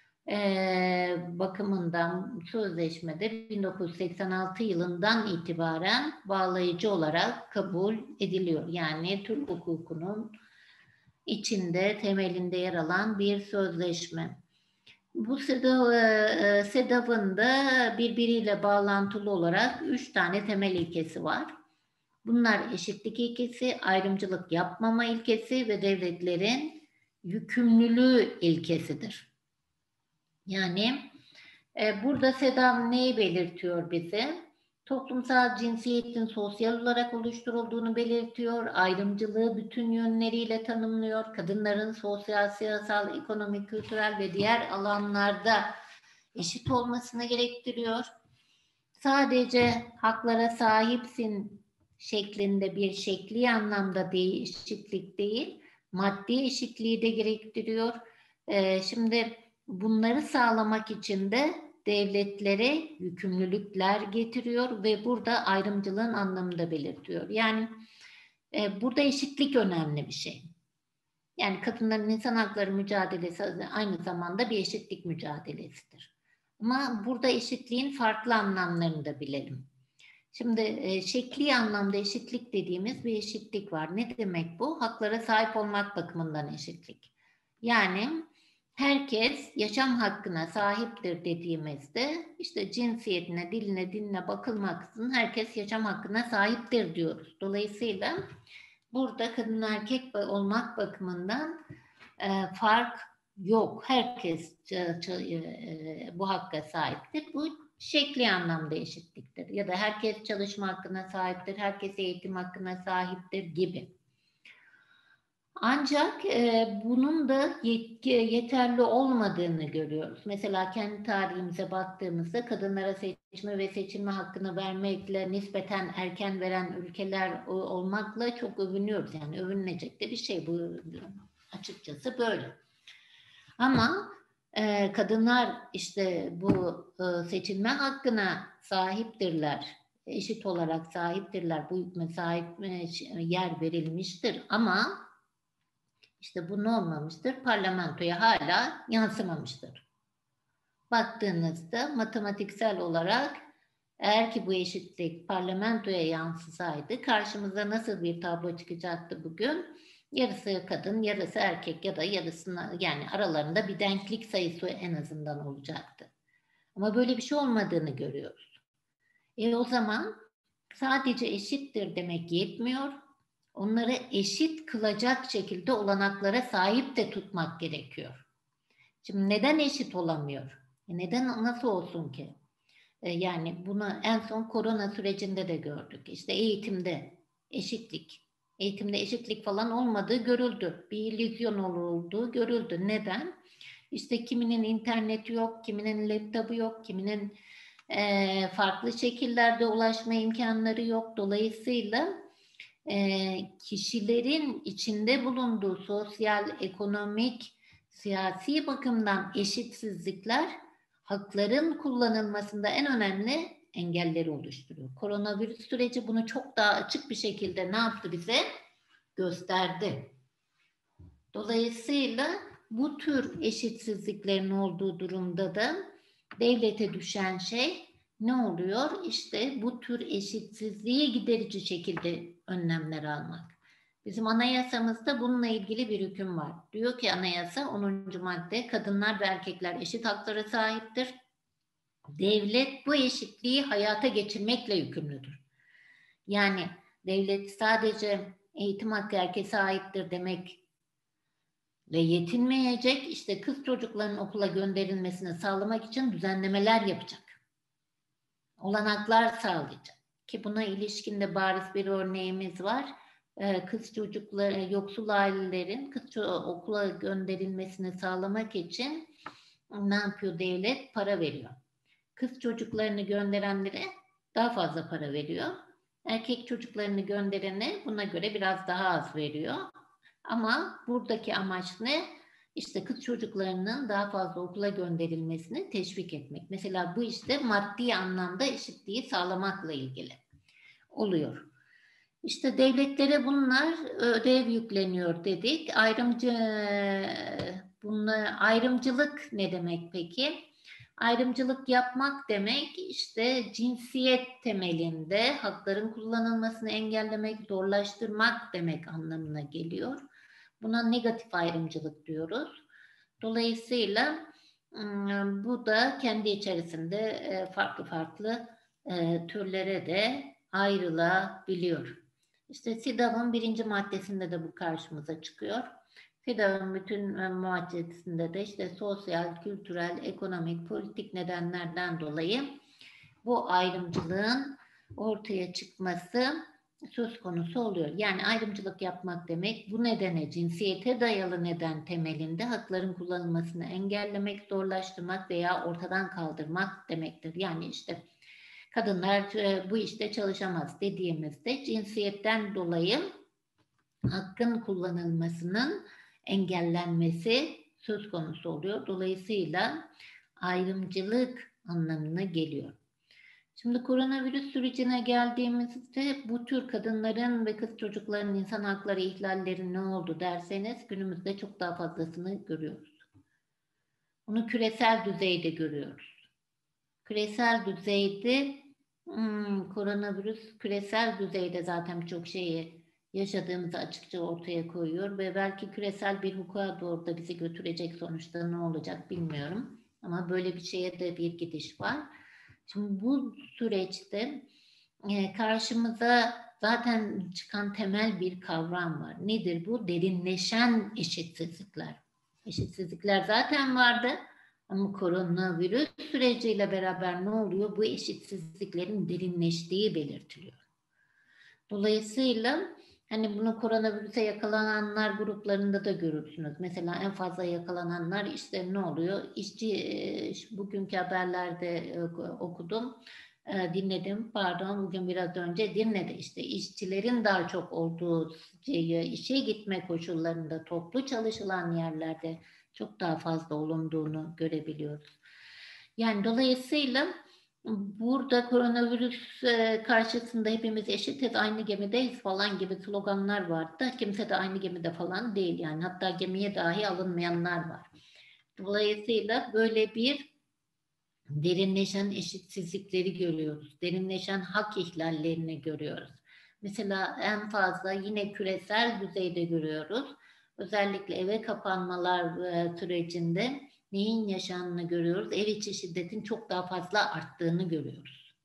bakımından sözleşmede 1986 yılından itibaren bağlayıcı olarak kabul ediliyor. Yani Türk hukukunun içinde temelinde yer alan bir sözleşme. Bu CEDAW'ın da birbiriyle bağlantılı olarak 3 tane temel ilkesi var. Bunlar eşitlik ilkesi, ayrımcılık yapmama ilkesi ve devletlerin yükümlülüğü ilkesidir. Yani burada CEDAW neyi belirtiyor bize? Toplumsal cinsiyetin sosyal olarak oluşturulduğunu belirtiyor, ayrımcılığı bütün yönleriyle tanımlıyor, kadınların sosyal, siyasal, ekonomik, kültürel ve diğer alanlarda eşit olmasını gerektiriyor. Sadece haklara sahipsin şeklinde bir şekli anlamda eşitlik değil, maddi eşitliği de gerektiriyor. Şimdi bunları sağlamak için de devletlere yükümlülükler getiriyor ve burada ayrımcılığın anlamını da belirtiyor. Yani burada eşitlik önemli bir şey. Yani kadınların insan hakları mücadelesi aynı zamanda bir eşitlik mücadelesidir. Ama burada eşitliğin farklı anlamlarını da bilelim. Şimdi şekli anlamda eşitlik dediğimiz bir eşitlik var. Ne demek bu? Haklara sahip olmak bakımından eşitlik. Yani herkes yaşam hakkına sahiptir dediğimizde işte cinsiyetine, diline, dinine bakılmaksızın herkes yaşam hakkına sahiptir diyoruz. Dolayısıyla burada kadın erkek olmak bakımından fark yok. Herkes bu hakka sahiptir. Bu şekli anlamda eşitliktir. Ya da herkes çalışma hakkına sahiptir, herkes eğitim hakkına sahiptir gibi. Ancak bunun da yeterli olmadığını görüyoruz. Mesela kendi tarihimize baktığımızda kadınlara seçme ve seçilme hakkını vermekle nispeten erken veren ülkeler olmakla çok övünüyoruz. Yani övünülecek de bir şey bu, açıkçası böyle. Ama kadınlar işte bu seçilme hakkına sahiptirler, eşit olarak sahiptirler, bu hükme sahip yer verilmiştir ama İşte bu ne olmamıştır? Parlamentoya hala yansımamıştır. Baktığınızda matematiksel olarak eğer ki bu eşitlik parlamentoya yansısaydı karşımıza nasıl bir tablo çıkacaktı bugün? Yarısı kadın, yarısı erkek ya da yarısına yani aralarında bir denklik sayısı en azından olacaktı. Ama böyle bir şey olmadığını görüyoruz. O zaman sadece eşittir demek yetmiyor. Onları eşit kılacak şekilde olanaklara sahip de tutmak gerekiyor. Şimdi neden eşit olamıyor? Neden, nasıl olsun ki? Yani bunu en son korona sürecinde de gördük. İşte eğitimde eşitlik falan olmadığı görüldü. Bir illüzyon olduğu görüldü. Neden? İşte kiminin interneti yok, kiminin laptopu yok, kiminin farklı şekillerde ulaşma imkanları yok. Dolayısıyla kişilerin içinde bulunduğu sosyal, ekonomik, siyasi bakımdan eşitsizlikler hakların kullanılmasında en önemli engelleri oluşturuyor. Koronavirüs süreci bunu çok daha açık bir şekilde ne yaptı bize? Gösterdi. Dolayısıyla bu tür eşitsizliklerin olduğu durumda da devlete düşen şey ne oluyor? İşte bu tür eşitsizliği giderici şekilde önlemler almak. Bizim anayasamızda bununla ilgili bir hüküm var. Diyor ki anayasa 10. madde kadınlar ve erkekler eşit haklara sahiptir. Devlet bu eşitliği hayata geçirmekle yükümlüdür. Yani devlet sadece eğitim hakkı herkese aittir demekle yetinmeyecek, işte kız çocuklarının okula gönderilmesini sağlamak için düzenlemeler yapacak. Olanaklar sağlayacak. Ki buna ilişkin de bariz bir örneğimiz var. Kız çocukları, yoksul ailelerin okula gönderilmesini sağlamak için ne yapıyor devlet? Para veriyor. Kız çocuklarını gönderenlere daha fazla para veriyor. Erkek çocuklarını gönderene buna göre biraz daha az veriyor. Ama buradaki amaç ne? İşte kız çocuklarının daha fazla okula gönderilmesini teşvik etmek. Mesela bu işte maddi anlamda eşitliği sağlamakla ilgili oluyor. İşte devletlere bunlar ödev yükleniyor dedik. Ayrımcılık ne demek peki? Ayrımcılık yapmak demek işte cinsiyet temelinde hakların kullanılmasını engellemek, zorlaştırmak demek anlamına geliyor. Buna negatif ayrımcılık diyoruz. Dolayısıyla bu da kendi içerisinde farklı türlere de ayrılabiliyor. İşte SİDAV'ın 1. maddesinde de bu karşımıza çıkıyor. SİDAV'ın bütün maddesinde de işte sosyal, kültürel, ekonomik, politik nedenlerden dolayı bu ayrımcılığın ortaya çıkması söz konusu oluyor. Yani ayrımcılık yapmak demek bu nedene cinsiyete dayalı neden temelinde hakların kullanılmasını engellemek, zorlaştırmak veya ortadan kaldırmak demektir. Yani işte kadınlar bu işte çalışamaz dediğimizde cinsiyetten dolayı hakkın kullanılmasının engellenmesi söz konusu oluyor. Dolayısıyla ayrımcılık anlamına geliyor. Şimdi koronavirüs sürecine geldiğimizde bu tür kadınların ve kız çocukların insan hakları ihlalleri ne oldu derseniz günümüzde çok daha fazlasını görüyoruz. Bunu küresel düzeyde görüyoruz. Küresel düzeyde koronavirüs küresel düzeyde zaten çok şeyi yaşadığımızı açıkça ortaya koyuyor ve belki küresel bir hukuka doğru da bizi götürecek sonuçta ne olacak bilmiyorum. Ama böyle bir şeye de bir gidiş var. Şimdi bu süreçte karşımıza zaten çıkan temel bir kavram var. Nedir bu? Derinleşen eşitsizlikler. Eşitsizlikler zaten vardı ama koronavirüs süreciyle beraber ne oluyor? Bu eşitsizliklerin derinleştiği belirtiliyor. Dolayısıyla hani bunu koronavirüse yakalananlar gruplarında da görürsünüz. Mesela en fazla yakalananlar işte ne oluyor? Bugünkü haberlerde okudum, dinledim. Pardon, bugün biraz önce dinledim. İşte işçilerin daha çok olduğu işe gitme koşullarında toplu çalışılan yerlerde çok daha fazla olunduğunu görebiliyoruz. Yani dolayısıyla burada koronavirüs karşısında hepimiz eşitiz, aynı gemideyiz falan gibi sloganlar vardı. Kimse de aynı gemide falan değil yani. Hatta gemiye dahi alınmayanlar var. Dolayısıyla böyle bir derinleşen eşitsizlikleri görüyoruz. Derinleşen hak ihlallerini görüyoruz. Mesela en fazla yine küresel düzeyde görüyoruz. Özellikle eve kapanmalar sürecinde neyin yaşandığını görüyoruz? Ev içi şiddetin çok daha fazla arttığını görüyoruz.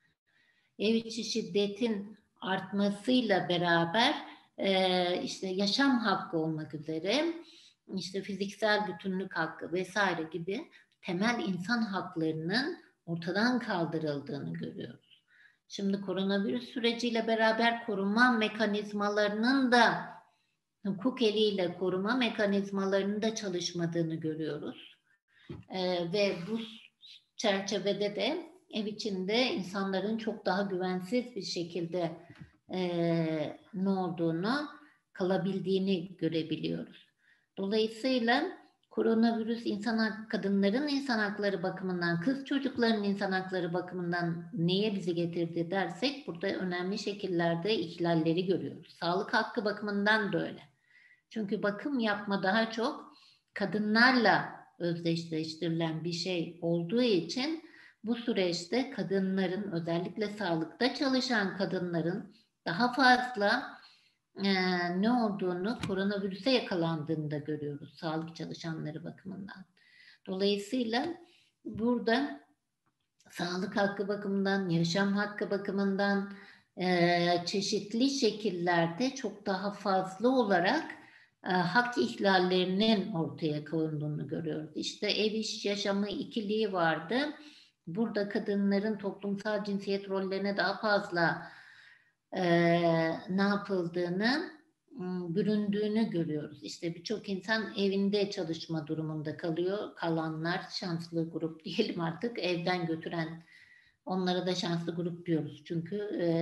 Ev içi şiddetin artmasıyla beraber işte yaşam hakkı olmak üzere işte fiziksel bütünlük hakkı vesaire gibi temel insan haklarının ortadan kaldırıldığını görüyoruz. Şimdi koronavirüs süreciyle beraber koruma mekanizmalarının da hukuk eliyle koruma mekanizmalarının da çalışmadığını görüyoruz. Ve bu çerçevede de ev içinde insanların çok daha güvensiz bir şekilde ne olduğunu, kalabildiğini görebiliyoruz. Dolayısıyla koronavirüs kadınların insan hakları bakımından, kız çocukların insan hakları bakımından neye bizi getirdi dersek burada önemli şekillerde ihlalleri görüyoruz. Sağlık hakkı bakımından da öyle. Çünkü bakım yapma daha çok kadınlarla özdeşleştirilen bir şey olduğu için bu süreçte kadınların, özellikle sağlıkta çalışan kadınların daha fazla ne olduğunu, koronavirüse yakalandığını da görüyoruz sağlık çalışanları bakımından. Dolayısıyla burada sağlık hakkı bakımından, yaşam hakkı bakımından çeşitli şekillerde çok daha fazla olarak hak ihlallerinin ortaya konduğunu görüyoruz. İşte ev iş yaşamı ikiliği vardı. Burada kadınların toplumsal cinsiyet rollerine daha fazla ne yapıldığını, büründüğünü görüyoruz. İşte birçok insan evinde çalışma durumunda kalıyor. Kalanlar şanslı grup diyelim artık, evden götüren, onlara da şanslı grup diyoruz. Çünkü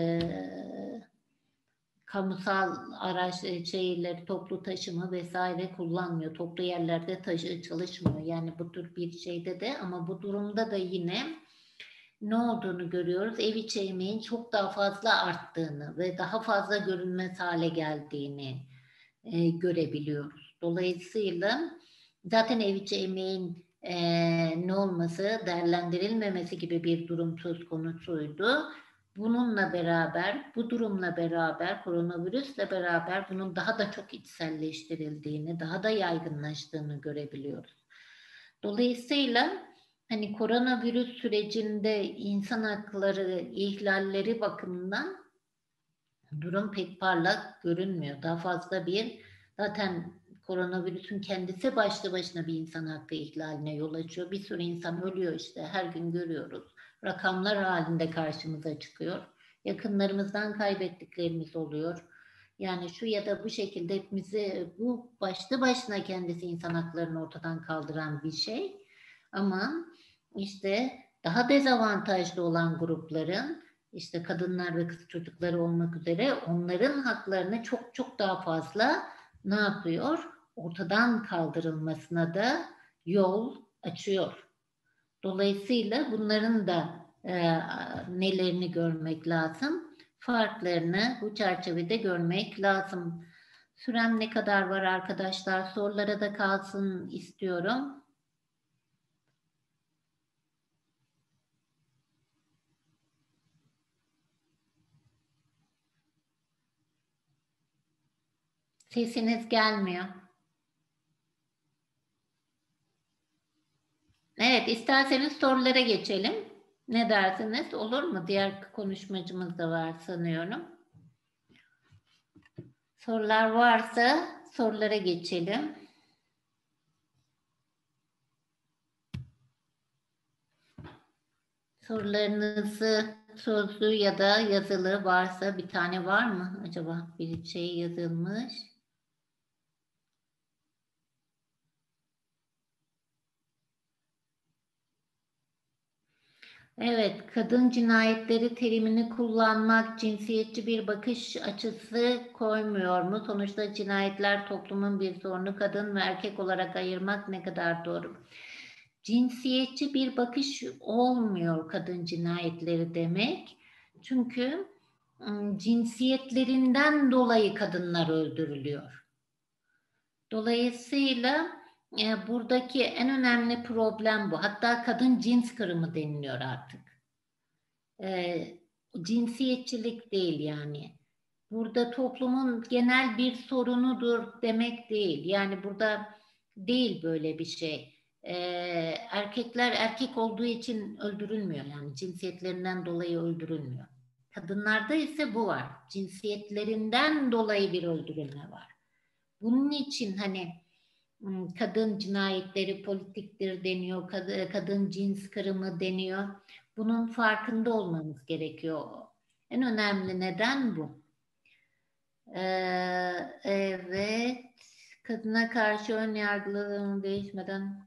kamusal araç şeyleri, toplu taşıma vesaire kullanmıyor. Toplu yerlerde çalışmıyor. Yani bu tür bir şeyde de, ama bu durumda da yine ne olduğunu görüyoruz? Ev içi emeğin çok daha fazla arttığını ve daha fazla görünmez hale geldiğini görebiliyoruz. Dolayısıyla zaten ev içi emeğin ne olması, değerlendirilmemesi gibi bir durum söz konusuydu. Bununla beraber, bu durumla beraber, koronavirüsle beraber bunun daha da çok içselleştirildiğini, daha da yaygınlaştığını görebiliyoruz. Dolayısıyla hani koronavirüs sürecinde insan hakları ihlalleri bakımından durum pek parlak görünmüyor. Daha fazla zaten koronavirüsün kendisi başlı başına bir insan hakkı ihlaline yol açıyor. Bir sürü insan ölüyor işte, her gün görüyoruz. Rakamlar halinde karşımıza çıkıyor. Yakınlarımızdan kaybettiklerimiz oluyor. Yani şu ya da bu şekilde hepimizi, bu başlı başına kendisi insan haklarını ortadan kaldıran bir şey. Ama işte daha dezavantajlı olan grupların, işte kadınlar ve kız çocukları olmak üzere, onların haklarını çok çok daha fazla ne yapıyor? Ortadan kaldırılmasına da yol açıyor. Dolayısıyla bunların da nelerini görmek lazım? Farklarını bu çerçevede görmek lazım. Sürem ne kadar var arkadaşlar? Sorulara da kalsın istiyorum. Sesiniz gelmiyor. Evet, isterseniz sorulara geçelim. Ne dersiniz? Olur mu? Diğer konuşmacımız da var sanıyorum. Sorular varsa sorulara geçelim. Sorularınızı sözlü ya da yazılı varsa, bir tane var mı acaba? Bir şey yazılmış. Evet, kadın cinayetleri terimini kullanmak cinsiyetçi bir bakış açısı koymuyor mu? Sonuçta cinayetler toplumun bir sorunu, kadın ve erkek olarak ayırmak ne kadar doğru? Cinsiyetçi bir bakış olmuyor kadın cinayetleri demek. Çünkü cinsiyetlerinden dolayı kadınlar öldürülüyor. Dolayısıyla buradaki en önemli problem bu. Hatta kadın cins kırımı deniliyor artık. Cinsiyetçilik değil yani. Burada toplumun genel bir sorunudur demek değil. Yani burada değil böyle bir şey. Erkekler erkek olduğu için öldürülmüyor. Yani cinsiyetlerinden dolayı öldürülmüyor. Kadınlarda ise bu var. Cinsiyetlerinden dolayı bir öldürülme var. Bunun için hani kadın cinayetleri politiktir deniyor, kadın cins kırımı deniyor. Bunun farkında olmamız gerekiyor. En önemli neden bu. Evet, kadına karşı ön yargılarının değişmeden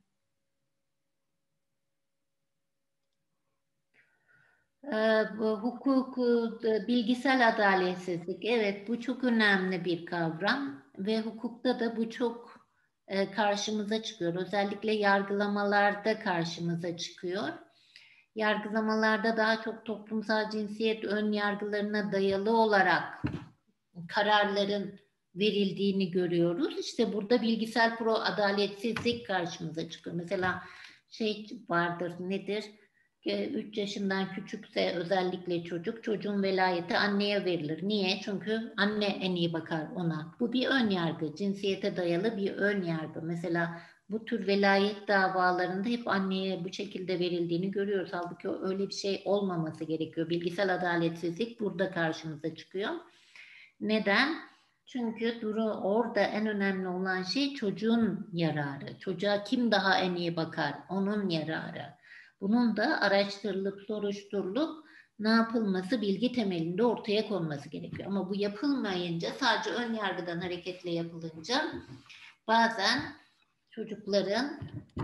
bu hukuk, bilgisel adaletsizlik, evet bu çok önemli bir kavram ve hukukta da bu çok karşımıza çıkıyor. Özellikle yargılamalarda karşımıza çıkıyor. Yargılamalarda daha çok toplumsal cinsiyet ön yargılarına dayalı olarak kararların verildiğini görüyoruz. İşte burada bilgisel adaletsizlik karşımıza çıkıyor. Mesela şey vardır, nedir? 3 yaşından küçükse özellikle çocuğun velayeti anneye verilir. Niye? Çünkü anne en iyi bakar ona. Bu bir ön yargı, cinsiyete dayalı bir ön yargı. Mesela bu tür velayet davalarında hep anneye bu şekilde verildiğini görüyoruz. Halbuki öyle bir şey olmaması gerekiyor. Bilgisel adaletsizlik burada karşımıza çıkıyor. Neden? Çünkü orada en önemli olan şey çocuğun yararı. Çocuğa kim daha en iyi bakar? Onun yararı. Bunun da araştırılıp, soruşturulup ne yapılması bilgi temelinde ortaya konması gerekiyor. Ama bu yapılmayınca, sadece ön yargıdan hareketle yapılınca bazen çocukların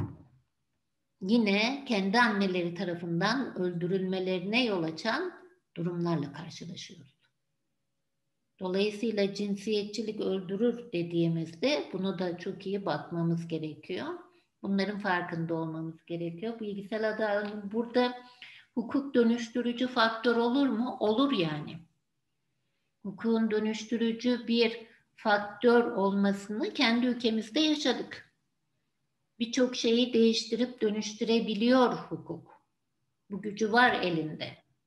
yine kendi anneleri tarafından öldürülmelerine yol açan durumlarla karşılaşıyoruz. Dolayısıyla cinsiyetçilik öldürür dediğimizde bunu da çok iyi bakmamız gerekiyor. Bunların farkında olmamız gerekiyor. Bilgisel adalet burada hukuk dönüştürücü faktör olur mu? Olur yani. Hukukun dönüştürücü bir faktör olmasını kendi ülkemizde yaşadık. Birçok şeyi değiştirip dönüştürebiliyor hukuk. Bu gücü var elinde.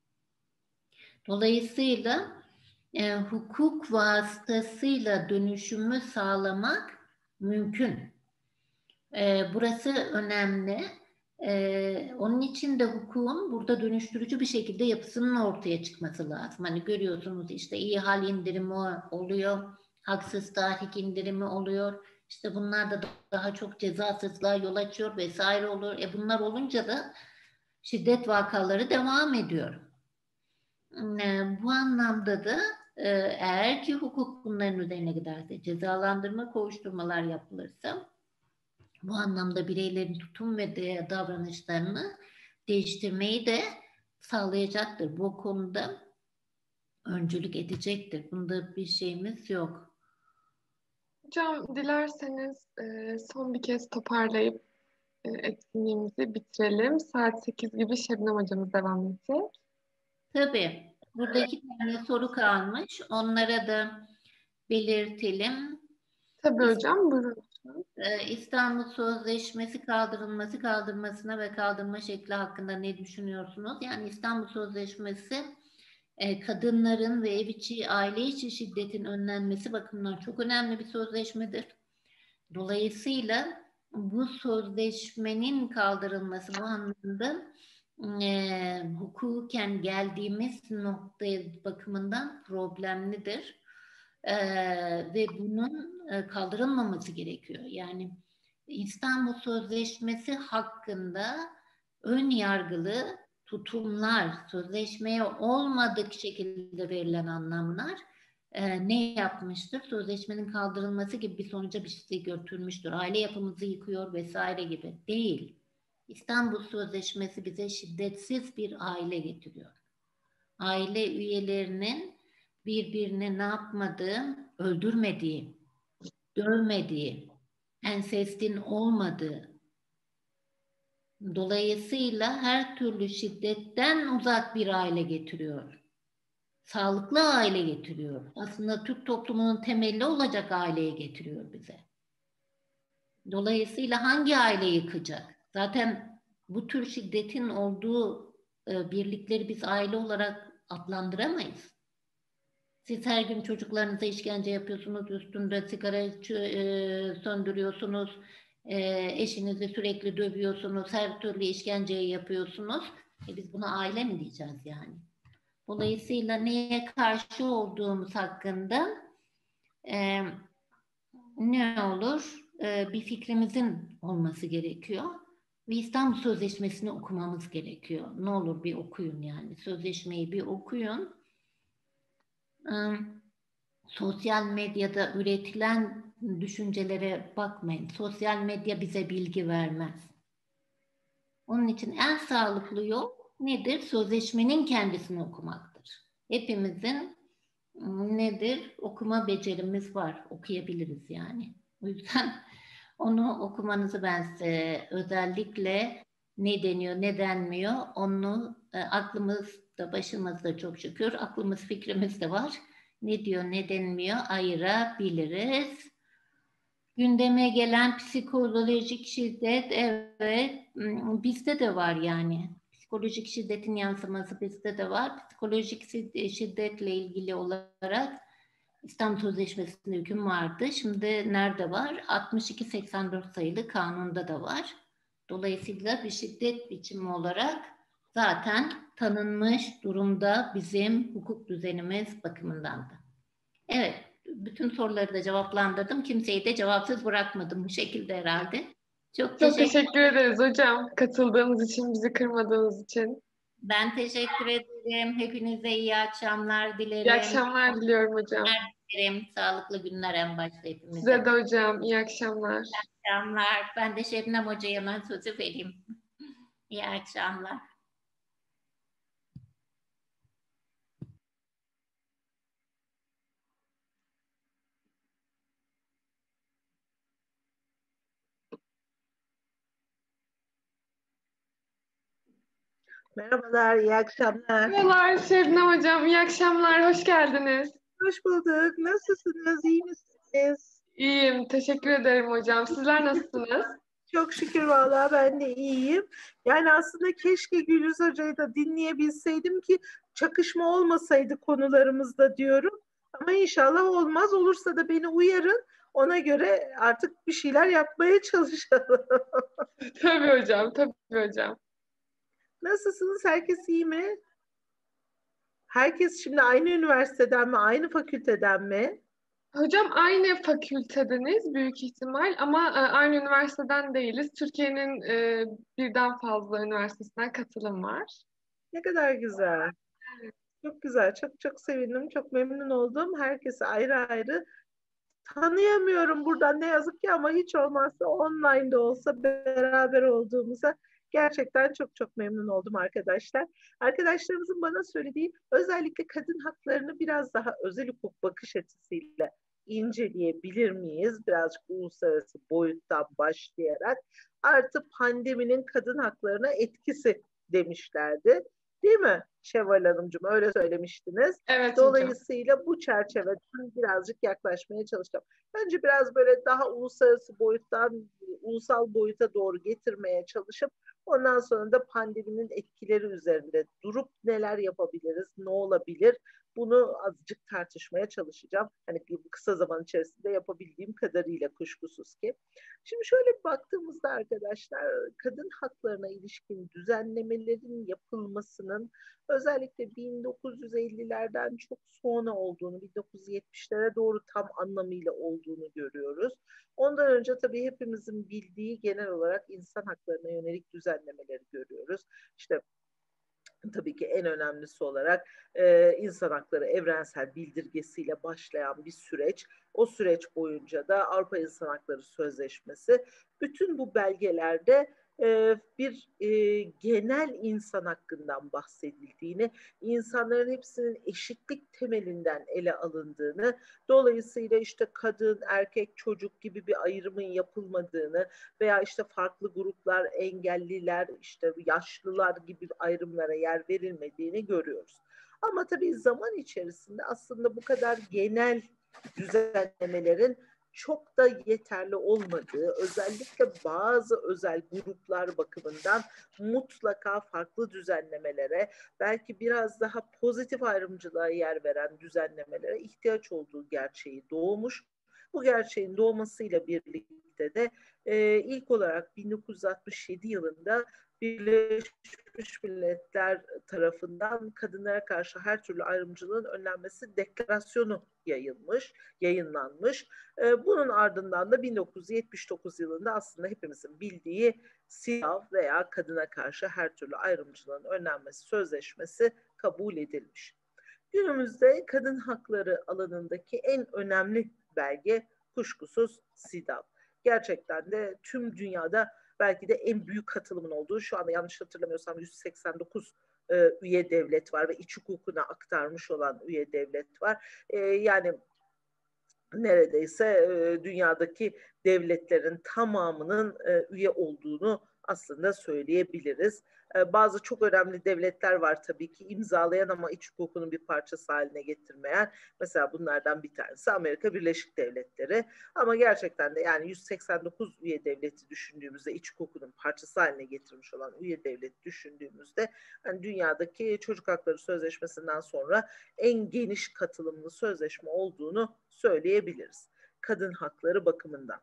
Dolayısıyla hukuk vasıtasıyla dönüşümü sağlamak mümkün. Burası önemli. Onun için de hukukun burada dönüştürücü bir şekilde yapısının ortaya çıkması lazım. Hani görüyorsunuz işte iyi hal indirimi oluyor, haksız tahrik indirimi oluyor. İşte bunlar da daha çok cezasızlığa yol açıyor vesaire olur. Bunlar olunca da şiddet vakaları devam ediyor. Bu anlamda da eğer ki hukuk bunların üzerine giderse, cezalandırma kovuşturmalar yapılırsa bu anlamda bireylerin tutum ve davranışlarını değiştirmeyi de sağlayacaktır. Bu konuda öncülük edecektir. Bunda bir şeyimiz yok. Hocam dilerseniz son bir kez toparlayıp etkinliğimizi bitirelim. Saat 8 gibi Şebnem hocamız devam edecek. Tabii. Burada 2 tane soru kalmış. Onlara da belirtelim. Tabii hocam, buyurun. İstanbul Sözleşmesi kaldırılmasına ve kaldırma şekli hakkında ne düşünüyorsunuz? Yani İstanbul Sözleşmesi kadınların ve ev içi, aile içi şiddetin önlenmesi bakımından çok önemli bir sözleşmedir. Dolayısıyla bu sözleşmenin kaldırılması bu anlamda hukuken geldiğimiz noktaya bakımından problemlidir. Ve bunun kaldırılmaması gerekiyor. Yani İstanbul Sözleşmesi hakkında ön yargılı tutumlar, sözleşmeye olmadık şekilde verilen anlamlar ne yapmıştır? Sözleşmenin kaldırılması gibi bir sonuca bir şey götürmüştür. Aile yapımızı yıkıyor vesaire gibi. Değil. İstanbul Sözleşmesi bize şiddetsiz bir aile getiriyor. Aile üyelerinin birbirini ne yapmadığı, öldürmediği, dövmediği, ensestin olmadığı, dolayısıyla her türlü şiddetten uzak bir aile getiriyor. Sağlıklı aile getiriyor. Aslında Türk toplumunun temeli olacak aileyi getiriyor bize. Dolayısıyla hangi aile yıkacak? Zaten bu tür şiddetin olduğu birlikleri biz aile olarak adlandıramayız. Siz her gün çocuklarınıza işkence yapıyorsunuz, üstünde sigara söndürüyorsunuz, eşinizi sürekli dövüyorsunuz, her türlü işkenceyi yapıyorsunuz. Biz buna aile mi diyeceğiz yani? Dolayısıyla neye karşı olduğumuz hakkında ne olur? bir fikrimizin olması gerekiyor. Ve İstanbul Sözleşmesi'ni okumamız gerekiyor. Ne olur bir okuyun yani. Sözleşmeyi bir okuyun. Sosyal medyada üretilen düşüncelere bakmayın. Sosyal medya bize bilgi vermez. Onun için en sağlıklı yol nedir? Sözleşmenin kendisini okumaktır. Hepimizin nedir? Okuma becerimiz var. Okuyabiliriz yani. O yüzden onu okumanızı ben size özellikle ne deniyor, ne denmiyor onu aklımızda, başımızda çok şükür aklımız, fikrimiz de var. Ne diyor, ne denmiyor ayırabiliriz. Gündeme gelen psikolojik şiddet, evet, bizde de var yani. Psikolojik şiddetin yansıması bizde de var. Psikolojik şiddetle ilgili olarak İstanbul Sözleşmesi'nde hüküm vardı. Şimdi nerede var? 62-84 sayılı kanunda da var. Dolayısıyla bir şiddet biçimi olarak zaten tanınmış durumda bizim hukuk düzenimiz bakımından da. Evet, bütün soruları da cevaplandırdım. Kimseyi de cevapsız bırakmadım bu şekilde herhalde. Çok Çok teşekkür teşekkür ederiz hocam. Katıldığınız için, bizi kırmadığınız için. Ben teşekkür ederim. Hepinize iyi akşamlar İyi dilerim. akşamlar diliyorum hocam. Dilerim. Sağlıklı günler en başta hepimize. Size de hocam. İyi akşamlar. İyi akşamlar. Ben de Şebnem Hoca'ya hemen sözü vereyim. İyi akşamlar. Merhabalar, iyi akşamlar. Merhabalar Şebnem hocam. İyi akşamlar. Hoş geldiniz. Hoş bulduk. Nasılsınız? İyi misiniz? İyiyim. Teşekkür ederim hocam. Sizler nasılsınız? Çok şükür vallahi ben de iyiyim. Yani aslında keşke Gülüz Hoca'yı da dinleyebilseydim ki çakışma olmasaydı konularımızda diyorum. Ama inşallah olmaz. Olursa da beni uyarın. Ona göre artık bir şeyler yapmaya çalışalım. Tabii hocam. Tabii hocam. Nasılsınız? Herkes iyi mi? Herkes şimdi aynı üniversiteden mi, aynı fakülteden mi? Hocam aynı fakültedeniz büyük ihtimal ama aynı üniversiteden değiliz. Türkiye'nin birden fazla üniversitesinden katılım var. Ne kadar güzel. Çok güzel. Çok çok sevindim. Çok memnun oldum. Herkesi ayrı ayrı tanıyamıyorum buradan ne yazık ki ama hiç olmazsa online de olsa beraber olduğumuza gerçekten çok çok memnun oldum arkadaşlar. Arkadaşlarımızın bana söylediği özellikle kadın haklarını biraz daha özel hukuk bakış açısıyla inceleyebilir miyiz? Birazcık uluslararası boyuttan başlayarak artı pandeminin kadın haklarına etkisi demişlerdi. Değil mi Şevval Hanımcığım? Öyle söylemiştiniz. Evet hocam. Dolayısıyla bu çerçeveden birazcık yaklaşmaya çalışacağım. Önce biraz böyle daha uluslararası boyuttan ulusal boyuta doğru getirmeye çalışıp ondan sonra da pandeminin etkileri üzerinde durup neler yapabiliriz, ne olabilir? Bunu azıcık tartışmaya çalışacağım. Hani kısa zaman içerisinde yapabildiğim kadarıyla kuşkusuz ki. Şimdi şöyle baktığımızda arkadaşlar kadın haklarına ilişkin düzenlemelerin yapılmasının özellikle 1950'lerden çok sonra olduğunu, 1970'lere doğru tam anlamıyla olduğunu görüyoruz. Ondan önce tabii hepimizin bildiği genel olarak insan haklarına yönelik düzenlemeleri görüyoruz. İşte tabii ki en önemlisi olarak insan hakları evrensel bildirgesiyle başlayan bir süreç. O süreç boyunca da Avrupa İnsan Hakları Sözleşmesi bütün bu belgelerde bir genel insan hakkından bahsedildiğini, insanların hepsinin eşitlik temelinden ele alındığını, dolayısıyla işte kadın, erkek, çocuk gibi bir ayrımın yapılmadığını veya işte farklı gruplar, engelliler, işte yaşlılar gibi ayrımlara yer verilmediğini görüyoruz. Ama tabii zaman içerisinde aslında bu kadar genel düzenlemelerin çok da yeterli olmadığı, özellikle bazı özel gruplar bakımından mutlaka farklı düzenlemelere, belki biraz daha pozitif ayrımcılığa yer veren düzenlemelere ihtiyaç olduğu gerçeği doğmuş. Bu gerçeğin doğmasıyla birlikte de ilk olarak 1967 yılında Birleşmiş Milletler tarafından kadınlara karşı her türlü ayrımcılığın önlenmesi deklarasyonu yayınlanmış. Bunun ardından da 1979 yılında aslında hepimizin bildiği SİDAV veya kadına karşı her türlü ayrımcılığın önlenmesi sözleşmesi kabul edilmiş. Günümüzde kadın hakları alanındaki en önemli belge kuşkusuz SİDAV. Gerçekten de tüm dünyada belki de en büyük katılımın olduğu, şu anda yanlış hatırlamıyorsam 189 üye devlet var ve iç hukukuna aktarmış olan üye devlet var. Yani neredeyse dünyadaki devletlerin tamamının üye olduğunu aslında söyleyebiliriz. Bazı çok önemli devletler var tabii ki imzalayan ama iç hukukunun bir parçası haline getirmeyen. Mesela bunlardan bir tanesi Amerika Birleşik Devletleri. Ama gerçekten de yani 189 üye devleti düşündüğümüzde, iç hukukunun parçası haline getirmiş olan üye devleti düşündüğümüzde hani dünyadaki çocuk hakları sözleşmesinden sonra en geniş katılımlı sözleşme olduğunu söyleyebiliriz kadın hakları bakımından.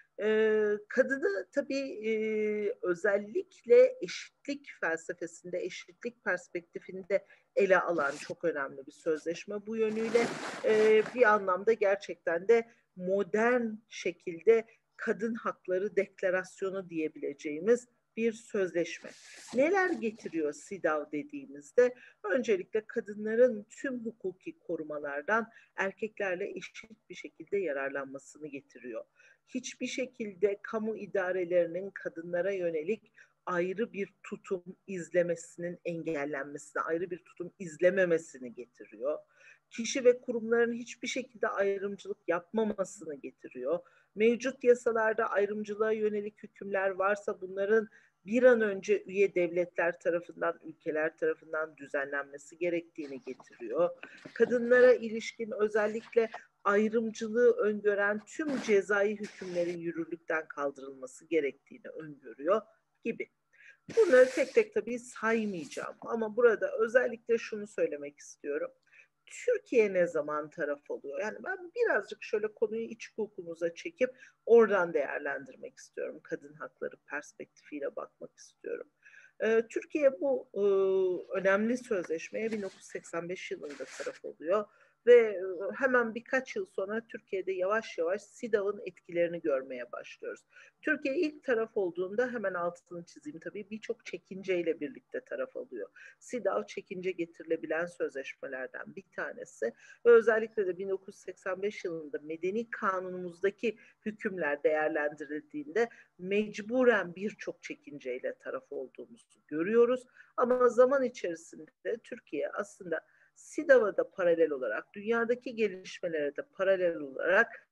Kadını tabii özellikle eşitlik felsefesinde, eşitlik perspektifinde ele alan çok önemli bir sözleşme bu yönüyle. Bir anlamda gerçekten de modern şekilde kadın hakları deklarasyonu diyebileceğimiz bir sözleşme. Neler getiriyor SİDAV dediğimizde? Öncelikle kadınların tüm hukuki korumalardan erkeklerle eşit bir şekilde yararlanmasını getiriyor. Hiçbir şekilde kamu idarelerinin kadınlara yönelik ayrı bir tutum izlemesinin engellenmesine, ayrı bir tutum izlememesini getiriyor. Kişi ve kurumların hiçbir şekilde ayrımcılık yapmamasını getiriyor. Mevcut yasalarda ayrımcılığa yönelik hükümler varsa bunların bir an önce üye devletler tarafından, ülkeler tarafından düzenlenmesi gerektiğini getiriyor. Kadınlara ilişkin özellikle ayrımcılığı öngören tüm cezai hükümlerin yürürlükten kaldırılması gerektiğini öngörüyor gibi. Bunları tek tek tabii saymayacağım ama burada özellikle şunu söylemek istiyorum. Türkiye ne zaman taraf oluyor? Yani ben birazcık şöyle konuyu iç hukukumuza çekip oradan değerlendirmek istiyorum. Kadın hakları perspektifiyle bakmak istiyorum. Türkiye bu önemli sözleşmeye 1985 yılında taraf oluyor ve hemen birkaç yıl sonra Türkiye'de yavaş yavaş SİDAV'ın etkilerini görmeye başlıyoruz. Türkiye ilk taraf olduğunda hemen altını çizeyim tabii birçok çekinceyle birlikte taraf alıyor. SİDAV çekince getirilebilen sözleşmelerden bir tanesi ve özellikle de 1985 yılında Medeni Kanunumuzdaki hükümler değerlendirildiğinde mecburen birçok çekinceyle taraf olduğumuzu görüyoruz. Ama zaman içerisinde Türkiye aslında SİDAV'a da paralel olarak, dünyadaki gelişmelere de paralel olarak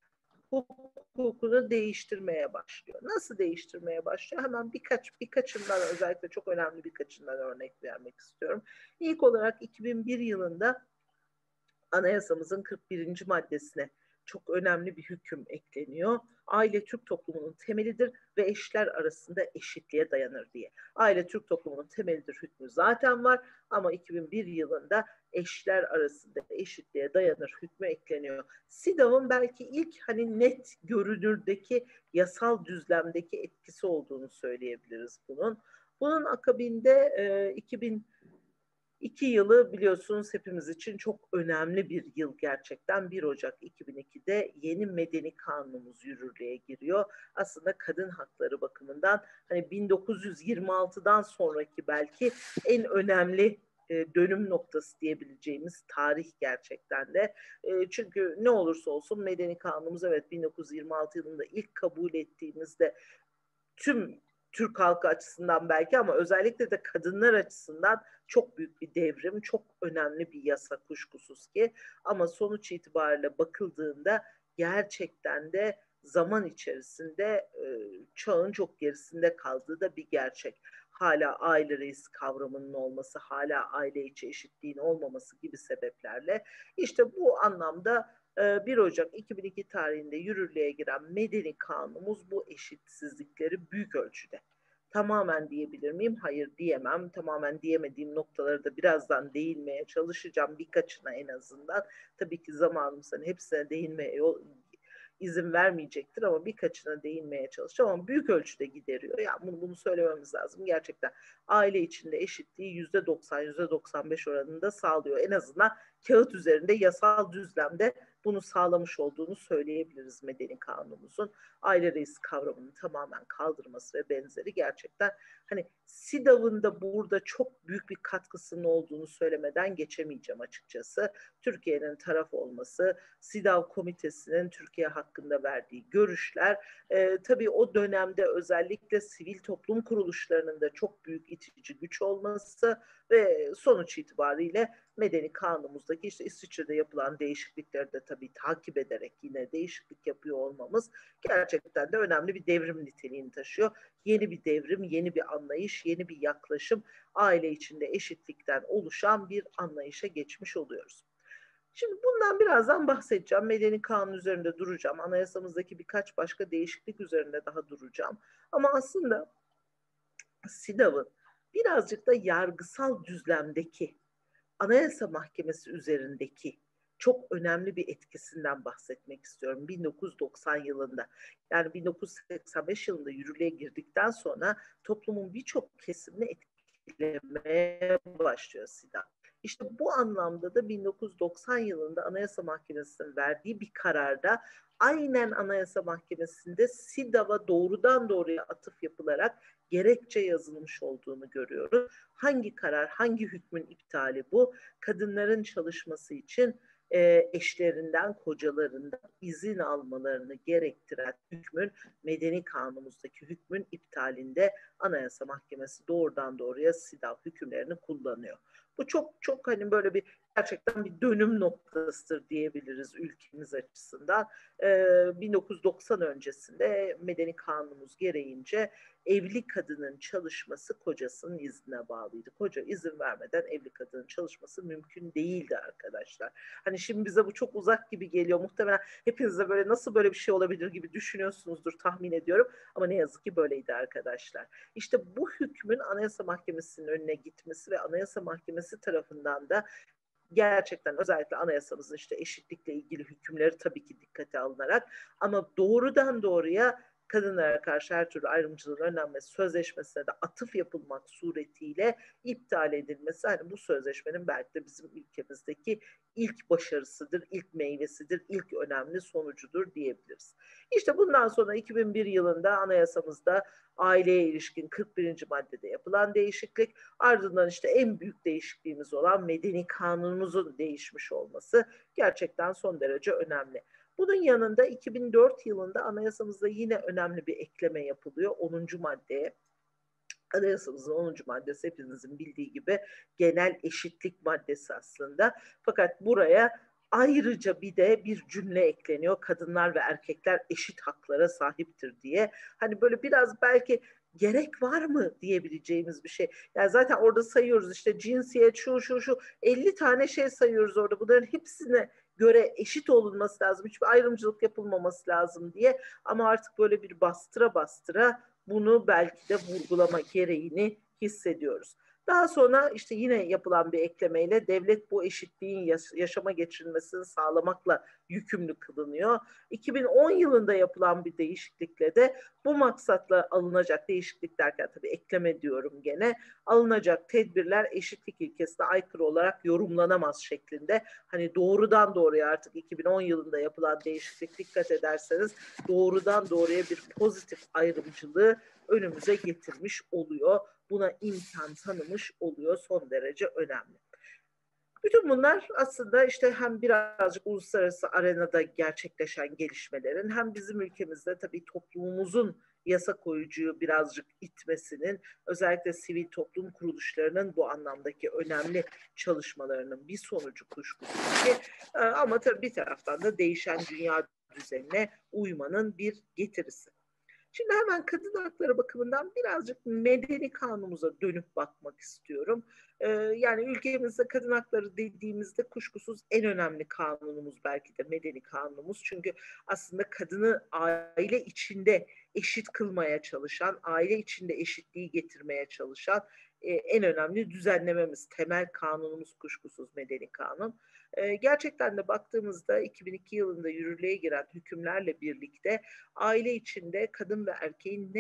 hukukunu değiştirmeye başlıyor. Nasıl değiştirmeye başlıyor? Hemen birkaçından özellikle çok önemli birkaçından örnek vermek istiyorum. İlk olarak 2001 yılında Anayasamızın 41. maddesine çok önemli bir hüküm ekleniyor. Aile Türk toplumunun temelidir ve eşler arasında eşitliğe dayanır diye. Aile Türk toplumunun temelidir hükmü zaten var ama 2001 yılında eşler arasında eşitliğe dayanır hükmü ekleniyor. SİDAV'ın belki ilk hani net görünürdeki yasal düzlemdeki etkisi olduğunu söyleyebiliriz bunun. Bunun akabinde 2002 yılı biliyorsunuz hepimiz için çok önemli bir yıl gerçekten. 1 Ocak 2002'de yeni medeni kanunumuz yürürlüğe giriyor. Aslında kadın hakları bakımından hani 1926'dan sonraki belki en önemli dönüm noktası diyebileceğimiz tarih gerçekten de. Çünkü ne olursa olsun medeni kanunumuz evet 1926 yılında ilk kabul ettiğimizde tüm Türk halkı açısından belki ama özellikle de kadınlar açısından çok büyük bir devrim, çok önemli bir yasa kuşkusuz ki. Ama sonuç itibariyle bakıldığında gerçekten de zaman içerisinde çağın çok gerisinde kaldığı da bir gerçek. Hala aile reisi kavramının olması, hala aile içi eşitliğin olmaması gibi sebeplerle işte bu anlamda 1 Ocak 2002 tarihinde yürürlüğe giren Medeni Kanunumuz bu eşitsizlikleri büyük ölçüde tamamen diyebilir miyim? Hayır diyemem. Tamamen diyemediğim noktaları da birazdan değinmeye çalışacağım. Birkaçına en azından. Tabii ki zamanımızın hepsine değinmeye izin vermeyecektir ama birkaçına değinmeye çalışacağım ama büyük ölçüde gideriyor. Yani bunu söylememiz lazım. Gerçekten aile içinde eşitliği %90, %95 oranında sağlıyor. En azından kağıt üzerinde yasal düzlemde bunu sağlamış olduğunu söyleyebiliriz medeni kanunumuzun. Aile reisi kavramını tamamen kaldırması ve benzeri gerçekten hani SİDAV'ın da burada çok büyük bir katkısının olduğunu söylemeden geçemeyeceğim açıkçası. Türkiye'nin taraf olması, SİDAV komitesinin Türkiye hakkında verdiği görüşler, tabii o dönemde özellikle sivil toplum kuruluşlarının da çok büyük itici güç olması ve sonuç itibariyle medeni kanunumuzdaki işte İsviçre'de yapılan değişiklikleri de tabii takip ederek yine değişiklik yapıyor olmamız gerçekten de önemli bir devrim niteliğini taşıyor. Yeni bir devrim, yeni bir anlayış, yeni bir yaklaşım, aile içinde eşitlikten oluşan bir anlayışa geçmiş oluyoruz. Şimdi bundan birazdan bahsedeceğim. Medeni kanun üzerinde duracağım. Anayasamızdaki birkaç başka değişiklik üzerinde daha duracağım. Ama aslında SİDAV'ın birazcık da yargısal düzlemdeki Anayasa Mahkemesi üzerindeki çok önemli bir etkisinden bahsetmek istiyorum. 1990 yılında yani 1985 yılında yürürlüğe girdikten sonra toplumun birçok kesimini etkilemeye başlıyor SİDAV. İşte bu anlamda da 1990 yılında Anayasa Mahkemesi'nin verdiği bir kararda aynen Anayasa Mahkemesi'nde SİDAV'a doğrudan doğruya atıf yapılarak gerekçe yazılmış olduğunu görüyoruz. Hangi karar, hangi hükmün iptali bu? Kadınların çalışması için eşlerinden, kocalarından izin almalarını gerektiren hükmün, medeni kanunumuzdaki hükmün iptalinde Anayasa Mahkemesi doğrudan doğruya SİDAV hükümlerini kullanıyor. Bu çok çok hani böyle bir gerçekten bir dönüm noktasıdır diyebiliriz ülkemiz açısından. 1990 öncesinde medeni kanunumuz gereğince evli kadının çalışması kocasının iznine bağlıydı. Koca izin vermeden evli kadının çalışması mümkün değildi arkadaşlar. Hani şimdi bize bu çok uzak gibi geliyor. Muhtemelen hepiniz de böyle nasıl böyle bir şey olabilir gibi düşünüyorsunuzdur tahmin ediyorum. Ama ne yazık ki böyleydi arkadaşlar. İşte bu hükmün Anayasa Mahkemesi'nin önüne gitmesi ve Anayasa Mahkemesi tarafından da gerçekten özellikle anayasamızın işte eşitlikle ilgili hükümleri tabii ki dikkate alınarak ama doğrudan doğruya kadınlara karşı her türlü ayrımcılığın önlenmesi sözleşmesine de atıf yapılmak suretiyle iptal edilmesi hani bu sözleşmenin belki de bizim ülkemizdeki ilk başarısıdır, ilk meyvesidir, ilk önemli sonucudur diyebiliriz. İşte bundan sonra 2001 yılında anayasamızda aileye ilişkin 41. maddede yapılan değişiklik, ardından işte en büyük değişikliğimiz olan medeni kanunumuzun değişmiş olması gerçekten son derece önemli. Bunun yanında 2004 yılında anayasamızda yine önemli bir ekleme yapılıyor 10. maddeye. Anayasamızın 10. maddesi hepinizin bildiği gibi genel eşitlik maddesi aslında. Fakat buraya ayrıca bir de bir cümle ekleniyor. Kadınlar ve erkekler eşit haklara sahiptir diye. Hani böyle biraz belki gerek var mı diyebileceğimiz bir şey. Yani zaten orada sayıyoruz işte cinsiyet şu 50 tane şey sayıyoruz orada. Bunların hepsine göre eşit olunması lazım. Hiçbir ayrımcılık yapılmaması lazım diye. Ama artık böyle bir bastıra bunu belki de vurgulama gereğini hissediyoruz. Daha sonra işte yine yapılan bir eklemeyle devlet bu eşitliğin yaşama geçirilmesini sağlamakla yükümlü kılınıyor. 2010 yılında yapılan bir değişiklikle de bu maksatla alınacak değişiklik derken tabii ekleme diyorum gene alınacak tedbirler eşitlik ilkesine aykırı olarak yorumlanamaz şeklinde. Hani doğrudan doğruya artık 2010 yılında yapılan değişiklik dikkat ederseniz doğrudan doğruya bir pozitif ayrımcılığı önümüze getirmiş oluyor. Buna imkan tanımış oluyor. Son derece önemli. Bütün bunlar aslında işte hem birazcık uluslararası arenada gerçekleşen gelişmelerin hem bizim ülkemizde tabii toplumumuzun yasa koyucuyu birazcık itmesinin özellikle sivil toplum kuruluşlarının bu anlamdaki önemli çalışmalarının bir sonucu kuşkusuz ki ama tabii bir taraftan da değişen dünya düzenine uymanın bir getirisi. Şimdi hemen kadın hakları bakımından birazcık medeni kanunumuza dönüp bakmak istiyorum. Yani ülkemizde kadın hakları dediğimizde kuşkusuz en önemli kanunumuz belki de medeni kanunumuz. Çünkü aslında kadını aile içinde eşit kılmaya çalışan, aile içinde eşitliği getirmeye çalışan en önemli düzenlememiz, temel kanunumuz kuşkusuz medeni kanun. Gerçekten de baktığımızda 2002 yılında yürürlüğe giren hükümlerle birlikte aile içinde kadın ve erkeğin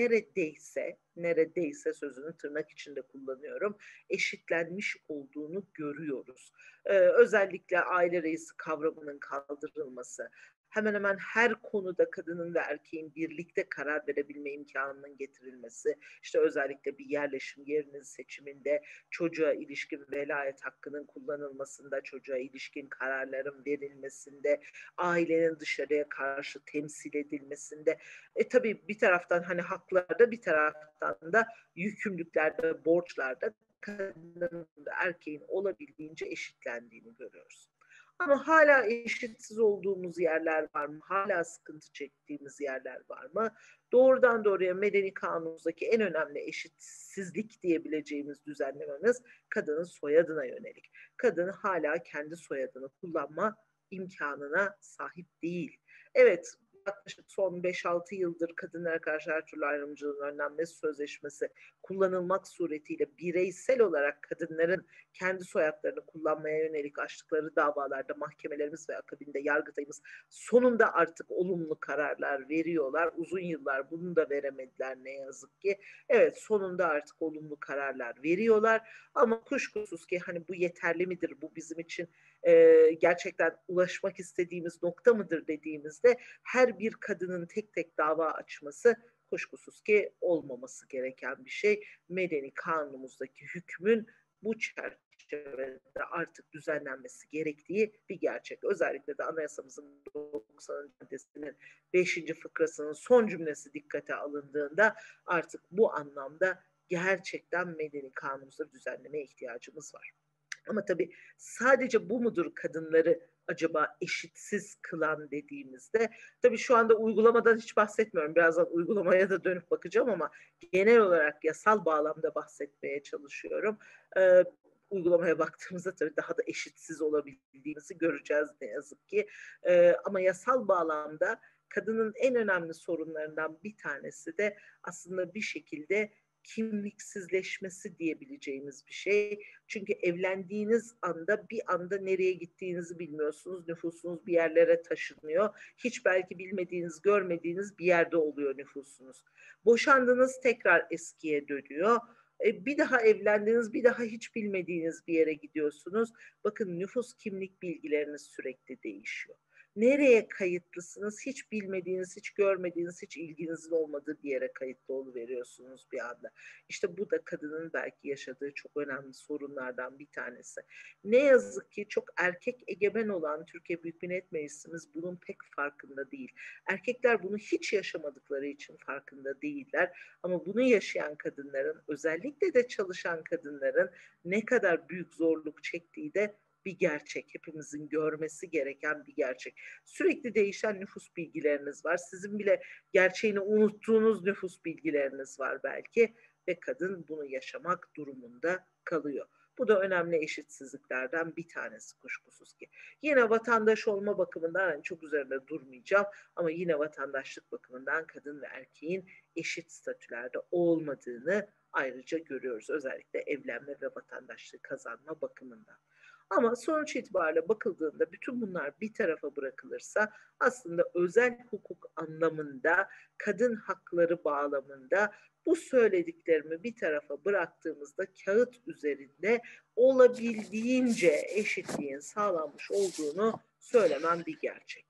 neredeyse sözünü tırnak içinde kullanıyorum, eşitlenmiş olduğunu görüyoruz. Özellikle aile reisi kavramının kaldırılması, hemen hemen her konuda kadının ve erkeğin birlikte karar verebilme imkanının getirilmesi, işte özellikle bir yerleşim yerinin seçiminde, çocuğa ilişkin velayet hakkının kullanılmasında, çocuğa ilişkin kararların verilmesinde, ailenin dışarıya karşı temsil edilmesinde, tabii bir taraftan hani haklarda, bir taraftan da yükümlülüklerde, borçlarda kadının ve erkeğin olabildiğince eşitlendiğini görüyoruz. Ama hala eşitsiz olduğumuz yerler var mı? Hala sıkıntı çektiğimiz yerler var mı? Doğrudan doğruya medeni kanunumuzdaki en önemli eşitsizlik diyebileceğimiz düzenlememiz kadının soyadına yönelik. Kadın hala kendi soyadını kullanma imkanına sahip değil. Evet, yaklaşık son 5-6 yıldır kadınlara karşı her türlü ayrımcılığın önlenmesi sözleşmesi kullanılmak suretiyle bireysel olarak kadınların kendi soyadlarını kullanmaya yönelik açtıkları davalarda mahkemelerimiz ve akabinde Yargıtay'ımız sonunda artık olumlu kararlar veriyorlar. Uzun yıllar bunu da veremediler ne yazık ki. Evet, sonunda artık olumlu kararlar veriyorlar ama kuşkusuz ki hani bu yeterli midir, bu bizim için gerçekten ulaşmak istediğimiz nokta mıdır dediğimizde her bir kadının tek tek dava açması kuşkusuz ki olmaması gereken bir şey. Medeni kanunumuzdaki hükmün bu çerçevede artık düzenlenmesi gerektiği bir gerçek. Özellikle de anayasamızın 90. maddesinin 5. fıkrasının son cümlesi dikkate alındığında artık bu anlamda gerçekten medeni kanunumuzda düzenlemeye ihtiyacımız var. Ama tabii sadece bu mudur kadınları acaba eşitsiz kılan dediğimizde, tabii şu anda uygulamadan hiç bahsetmiyorum. Birazdan uygulamaya da dönüp bakacağım ama genel olarak yasal bağlamda bahsetmeye çalışıyorum. Uygulamaya baktığımızda tabii daha da eşitsiz olabildiğimizi göreceğiz ne yazık ki. Ama yasal bağlamda kadının en önemli sorunlarından bir tanesi de aslında bir şekilde kimliksizleşmesi diyebileceğimiz bir şey. Çünkü evlendiğiniz anda bir anda nereye gittiğinizi bilmiyorsunuz. Nüfusunuz bir yerlere taşınıyor. Hiç belki bilmediğiniz, görmediğiniz bir yerde oluyor nüfusunuz. Boşandınız, tekrar eskiye dönüyor. Bir daha evlendiniz, bir daha hiç bilmediğiniz bir yere gidiyorsunuz. Bakın nüfus kimlik bilgileriniz sürekli değişiyor. Nereye kayıtlısınız? Hiç bilmediğiniz, hiç görmediğiniz, hiç ilginizin olmadığı bir yere kayıtlı oluveriyorsunuz bir anda. İşte bu da kadının belki yaşadığı çok önemli sorunlardan bir tanesi. Ne yazık ki çok erkek egemen olan Türkiye Büyük Millet Meclisimiz bunun pek farkında değil. Erkekler bunu hiç yaşamadıkları için farkında değiller. Ama bunu yaşayan kadınların, özellikle de çalışan kadınların ne kadar büyük zorluk çektiği de bir gerçek. Hepimizin görmesi gereken bir gerçek. Sürekli değişen nüfus bilgileriniz var. Sizin bile gerçeğini unuttuğunuz nüfus bilgileriniz var belki ve kadın bunu yaşamak durumunda kalıyor. Bu da önemli eşitsizliklerden bir tanesi kuşkusuz ki. Yine vatandaş olma bakımından hani çok üzerinde durmayacağım ama yine vatandaşlık bakımından kadın ve erkeğin eşit statülerde olmadığını ayrıca görüyoruz. Özellikle evlenme ve vatandaşlığı kazanma bakımından. Ama sonuç itibariyle bakıldığında bütün bunlar bir tarafa bırakılırsa aslında özel hukuk anlamında, kadın hakları bağlamında bu söylediklerimi bir tarafa bıraktığımızda kağıt üzerinde olabildiğince eşitliğin sağlanmış olduğunu söylemem bir gerçek.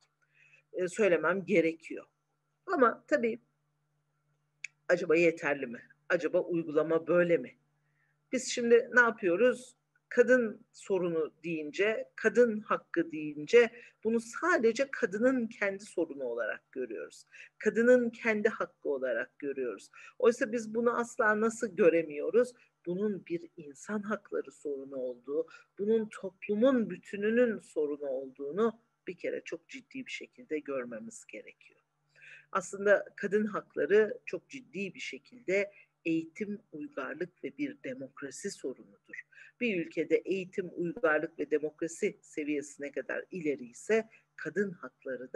Söylemem gerekiyor. Ama tabii acaba yeterli mi? Acaba uygulama böyle mi? Biz şimdi ne yapıyoruz? Kadın sorunu deyince, kadın hakkı deyince bunu sadece kadının kendi sorunu olarak görüyoruz. Kadının kendi hakkı olarak görüyoruz. Oysa biz bunu asla nasıl göremiyoruz? Bunun bir insan hakları sorunu olduğu, bunun toplumun bütününün sorunu olduğunu bir kere çok ciddi bir şekilde görmemiz gerekiyor. Aslında kadın hakları çok ciddi bir şekilde eğitim, uygarlık ve bir demokrasi sorunudur. Bir ülkede eğitim, uygarlık ve demokrasi seviyesine kadar ileri ise kadın hakları da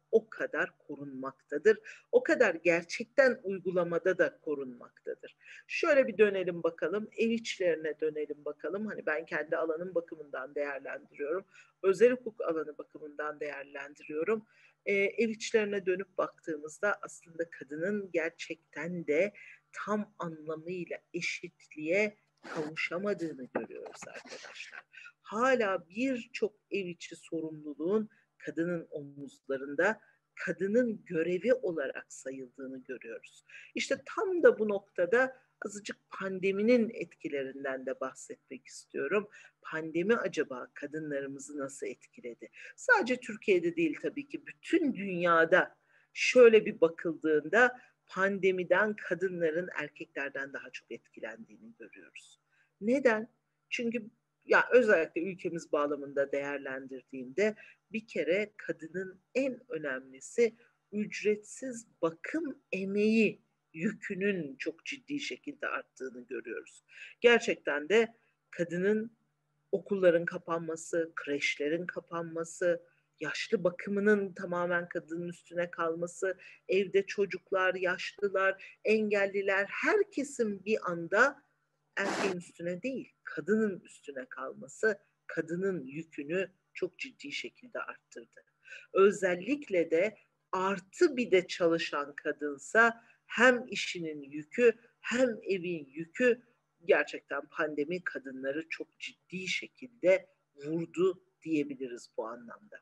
o kadar korunmaktadır. O kadar gerçekten uygulamada da korunmaktadır. Şöyle bir dönelim bakalım, ev içlerine dönelim bakalım. Hani ben kendi alanım bakımından değerlendiriyorum. Özel hukuk alanı bakımından değerlendiriyorum. Ev içlerine dönüp baktığımızda aslında kadının gerçekten de tam anlamıyla eşitliğe kavuşamadığını görüyoruz arkadaşlar. Hala birçok ev içi sorumluluğun kadının omuzlarında, kadının görevi olarak sayıldığını görüyoruz. İşte tam da bu noktada azıcık pandeminin etkilerinden de bahsetmek istiyorum. Pandemi acaba kadınlarımızı nasıl etkiledi? Sadece Türkiye'de değil tabii ki, bütün dünyada şöyle bir bakıldığında pandemiden kadınların erkeklerden daha çok etkilendiğini görüyoruz. Neden? Çünkü ya özellikle ülkemiz bağlamında değerlendirdiğimde bir kere kadının en önemlisi ücretsiz bakım emeği yükünün çok ciddi şekilde arttığını görüyoruz. Gerçekten de kadının okulların kapanması, kreşlerin kapanması, yaşlı bakımının tamamen kadının üstüne kalması, evde çocuklar, yaşlılar, engelliler, herkesin bir anda erkeğin üstüne değil, kadının üstüne kalması, kadının yükünü çok ciddi şekilde arttırdı. Özellikle de artı bir de çalışan kadınsa hem işinin yükü hem evin yükü, gerçekten pandemi kadınları çok ciddi şekilde vurdu diyebiliriz bu anlamda.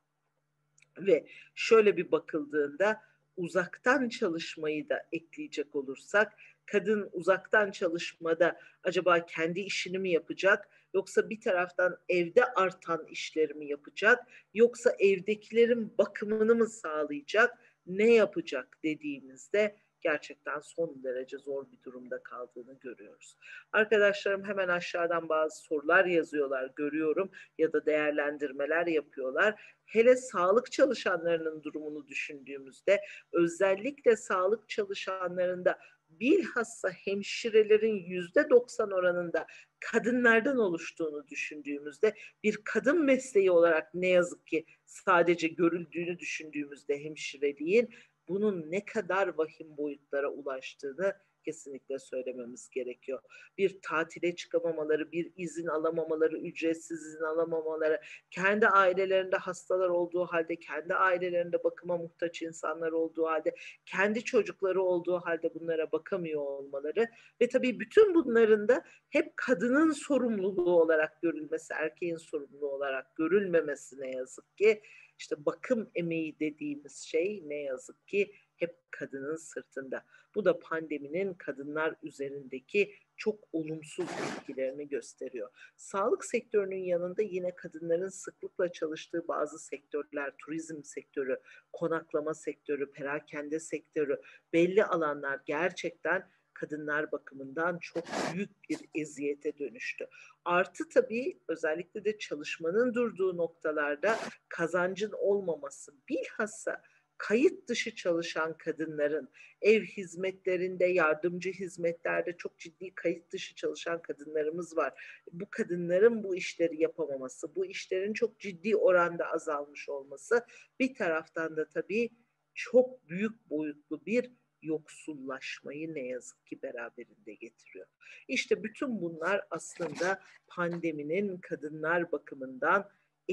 Ve şöyle bir bakıldığında uzaktan çalışmayı da ekleyecek olursak, kadın uzaktan çalışmada acaba kendi işini mi yapacak, yoksa bir taraftan evde artan işleri mi yapacak, yoksa evdekilerin bakımını mı sağlayacak, ne yapacak dediğimizde gerçekten son derece zor bir durumda kaldığını görüyoruz. Arkadaşlarım hemen aşağıdan bazı sorular yazıyorlar, görüyorum, ya da değerlendirmeler yapıyorlar. Hele sağlık çalışanlarının durumunu düşündüğümüzde, özellikle sağlık çalışanlarında bilhassa hemşirelerin %90 oranında kadınlardan oluştuğunu düşündüğümüzde, bir kadın mesleği olarak ne yazık ki sadece görüldüğünü düşündüğümüzde hemşireliğin bunun ne kadar vahim boyutlara ulaştığını kesinlikle söylememiz gerekiyor. Bir tatile çıkamamaları, bir izin alamamaları, ücretsiz izin alamamaları, kendi ailelerinde hastalar olduğu halde, kendi ailelerinde bakıma muhtaç insanlar olduğu halde, kendi çocukları olduğu halde bunlara bakamıyor olmaları ve tabii bütün bunların da hep kadının sorumluluğu olarak görülmesi, erkeğin sorumluluğu olarak görülmemesi ne yazık ki. İşte bakım emeği dediğimiz şey ne yazık ki hep kadının sırtında. Bu da pandeminin kadınlar üzerindeki çok olumsuz etkilerini gösteriyor. Sağlık sektörünün yanında yine kadınların sıklıkla çalıştığı bazı sektörler, turizm sektörü, konaklama sektörü, perakende sektörü, belli alanlar gerçekten kadınlar bakımından çok büyük bir eziyete dönüştü. Artı tabii özellikle de çalışmanın durduğu noktalarda kazancın olmaması, bilhassa kayıt dışı çalışan kadınların ev hizmetlerinde, yardımcı hizmetlerde çok ciddi kayıt dışı çalışan kadınlarımız var. Bu kadınların bu işleri yapamaması, bu işlerin çok ciddi oranda azalmış olması bir taraftan da tabii çok büyük boyutlu bir yoksullaşmayı ne yazık ki beraberinde getiriyor. İşte bütün bunlar aslında pandeminin kadınlar bakımından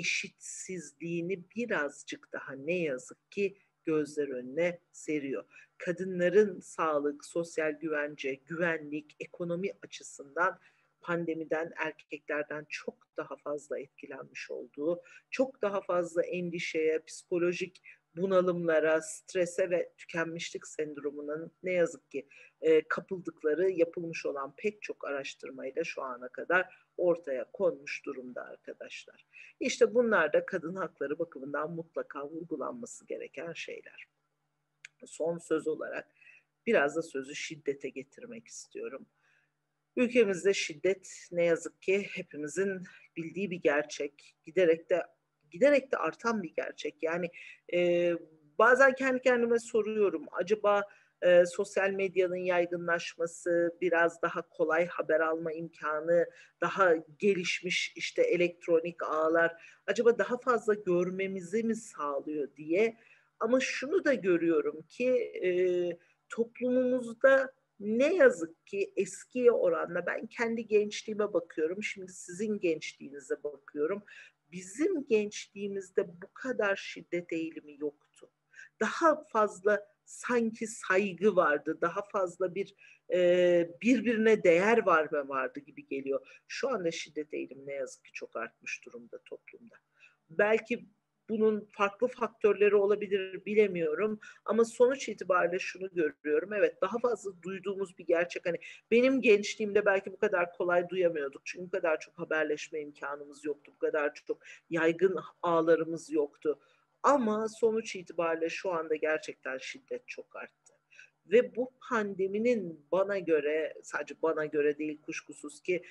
eşitsizliğini birazcık daha ne yazık ki gözler önüne seriyor. Kadınların sağlık, sosyal güvence, güvenlik, ekonomi açısından pandemiden erkeklerden çok daha fazla etkilenmiş olduğu, çok daha fazla endişeye, psikolojik bunalımlara, strese ve tükenmişlik sendromunun ne yazık ki kapıldıkları yapılmış olan pek çok araştırmayla şu ana kadar ortaya konmuş durumda arkadaşlar. İşte bunlar da kadın hakları bakımından mutlaka vurgulanması gereken şeyler. Son söz olarak biraz da sözü şiddete getirmek istiyorum. Ülkemizde şiddet ne yazık ki hepimizin bildiği bir gerçek. Giderek de artan bir gerçek. Yani bazen kendi kendime soruyorum. Acaba sosyal medyanın yaygınlaşması, biraz daha kolay haber alma imkanı, daha gelişmiş işte elektronik ağlar acaba daha fazla görmemizi mi sağlıyor diye. Ama şunu da görüyorum ki toplumumuzda ne yazık ki eskiye oranla, ben kendi gençliğime bakıyorum, şimdi sizin gençliğinize bakıyorum. Bizim gençliğimizde bu kadar şiddet eğilimi yoktu. Daha fazla sanki saygı vardı, daha fazla bir birbirine değer verme vardı gibi geliyor. Şu anda şiddet eğilimi ne yazık ki çok artmış durumda toplumda. Belki bunun farklı faktörleri olabilir, bilemiyorum. Ama sonuç itibariyle şunu görüyorum. Evet, daha fazla duyduğumuz bir gerçek. Hani benim gençliğimde belki bu kadar kolay duyamıyorduk. Çünkü bu kadar çok haberleşme imkanımız yoktu. Bu kadar çok yaygın ağlarımız yoktu. Ama sonuç itibariyle şu anda gerçekten şiddet çok arttı. Ve bu pandeminin bana göre, sadece bana göre değil kuşkusuz ki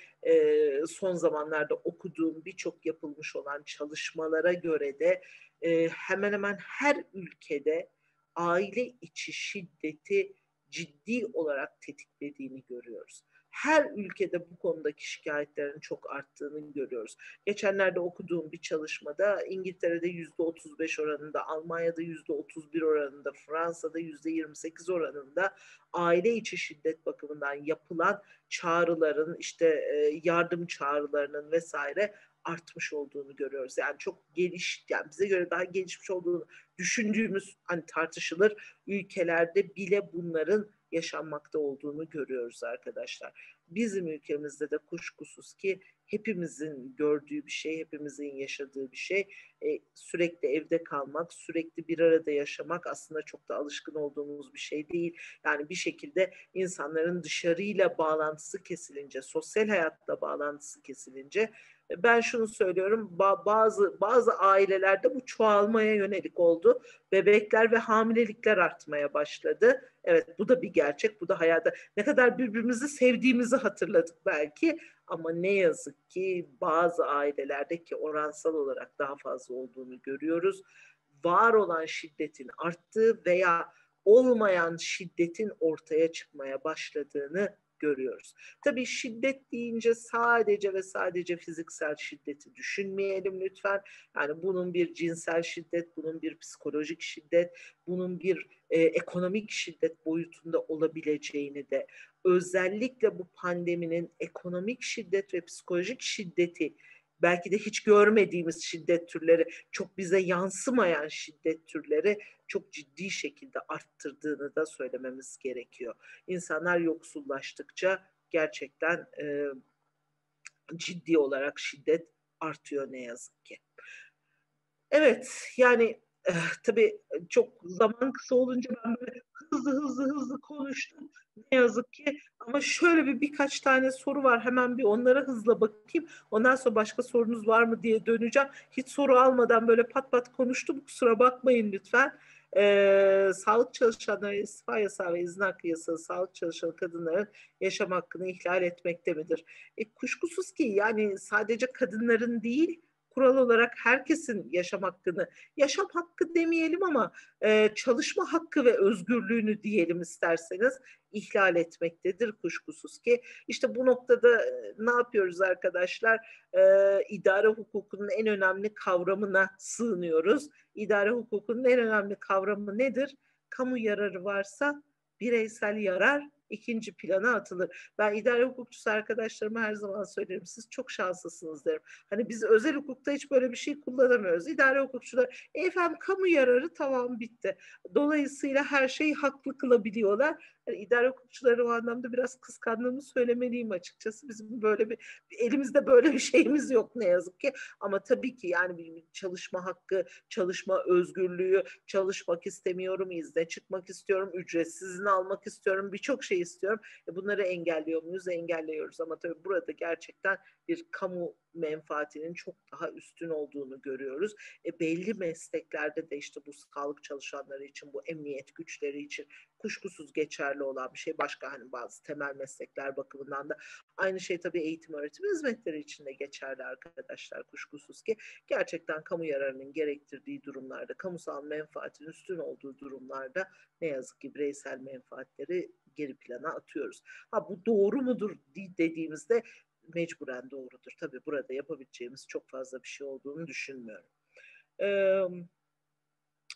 son zamanlarda okuduğum birçok yapılmış olan çalışmalara göre de hemen hemen her ülkede aile içi şiddeti ciddi olarak tetiklediğini görüyoruz. Her ülkede bu konudaki şikayetlerin çok arttığını görüyoruz. Geçenlerde okuduğum bir çalışmada İngiltere'de %35 oranında, Almanya'da %31 oranında, Fransa'da %28 oranında aile içi şiddet bakımından yapılan çağrıların, işte yardım çağrılarının vesaire artmış olduğunu görüyoruz. Yani çok yani bize göre daha gelişmiş olduğunu düşündüğümüz, hani tartışılır ülkelerde bile bunların yaşanmakta olduğunu görüyoruz arkadaşlar. Bizim ülkemizde de kuşkusuz ki hepimizin gördüğü bir şey, hepimizin yaşadığı bir şey. Sürekli evde kalmak, sürekli bir arada yaşamak aslında çok da alışkın olduğumuz bir şey değil. Yani bir şekilde insanların dışarıyla bağlantısı kesilince, sosyal hayatla bağlantısı kesilince, ben şunu söylüyorum, bazı ailelerde bu çoğalmaya yönelik oldu. Bebekler ve hamilelikler artmaya başladı. Evet, bu da bir gerçek, bu da hayatta ne kadar birbirimizi sevdiğimizi hatırladık belki. Ama ne yazık ki bazı ailelerde, ki oransal olarak daha fazla olduğunu görüyoruz, var olan şiddetin arttığı veya olmayan şiddetin ortaya çıkmaya başladığını görüyoruz. Tabii şiddet deyince sadece ve sadece fiziksel şiddeti düşünmeyelim lütfen. Yani bunun bir cinsel şiddet, bunun bir psikolojik şiddet, bunun bir ekonomik şiddet boyutunda olabileceğini de, özellikle bu pandeminin ekonomik şiddet ve psikolojik şiddeti, belki de hiç görmediğimiz şiddet türleri, çok bize yansımayan şiddet türleri çok ciddi şekilde arttırdığını da söylememiz gerekiyor. İnsanlar yoksullaştıkça gerçekten ciddi olarak şiddet artıyor ne yazık ki. Evet, yani tabii çok zaman kısa olunca ben böyle hızlı konuştum ne yazık ki. Ama şöyle birkaç tane soru var. Hemen bir onlara hızla bakayım. Ondan sonra başka sorunuz var mı diye döneceğim. Hiç soru almadan böyle pat pat konuştum. Kusura bakmayın lütfen. Sağlık çalışanları istifa yasağı ve izin hakkı yasağı sağlık çalışan kadınların yaşam hakkını ihlal etmekte midir? Kuşkusuz ki yani sadece kadınların değil, kural olarak herkesin yaşam hakkı demeyelim ama çalışma hakkı ve özgürlüğünü diyelim isterseniz, ihlal etmektedir kuşkusuz ki. İşte bu noktada ne yapıyoruz arkadaşlar? İdare hukukunun en önemli kavramına sığınıyoruz. İdare hukukunun en önemli kavramı nedir? Kamu yararı varsa bireysel yarar ikinci plana atılır. Ben idare hukukçusu arkadaşlarıma her zaman söylerim. Siz çok şanslısınız derim. Hani biz özel hukukta hiç böyle bir şey kullanamıyoruz. İdare hukukçular, efendim kamu yararı, tamam, bitti. Dolayısıyla her şeyi haklı kılabiliyorlar. Yani idare hukukçuları o anlamda biraz kıskandığımı söylemeliyim açıkçası. Bizim böyle elimizde böyle bir şeyimiz yok ne yazık ki. Ama tabii ki yani bir çalışma hakkı, çalışma özgürlüğü, çalışmak istemiyorum, izne çıkmak istiyorum, ücretsiz izin almak istiyorum, birçok şey istiyorum. Bunları engelliyor muyuz? Engelliyoruz. Ama tabii burada gerçekten bir kamu menfaatinin çok daha üstün olduğunu görüyoruz. Belli mesleklerde de işte bu sağlık çalışanları için, bu emniyet güçleri için kuşkusuz geçerli olan bir şey. Başka hani bazı temel meslekler bakımından da aynı şey tabii eğitim öğretim hizmetleri için de geçerli arkadaşlar, kuşkusuz ki. Gerçekten kamu yararının gerektirdiği durumlarda, kamusal menfaatin üstün olduğu durumlarda ne yazık ki bireysel menfaatleri geri plana atıyoruz. Ha, bu doğru mudur dediğimizde mecburen doğrudur. Tabii burada yapabileceğimiz çok fazla bir şey olduğunu düşünmüyorum.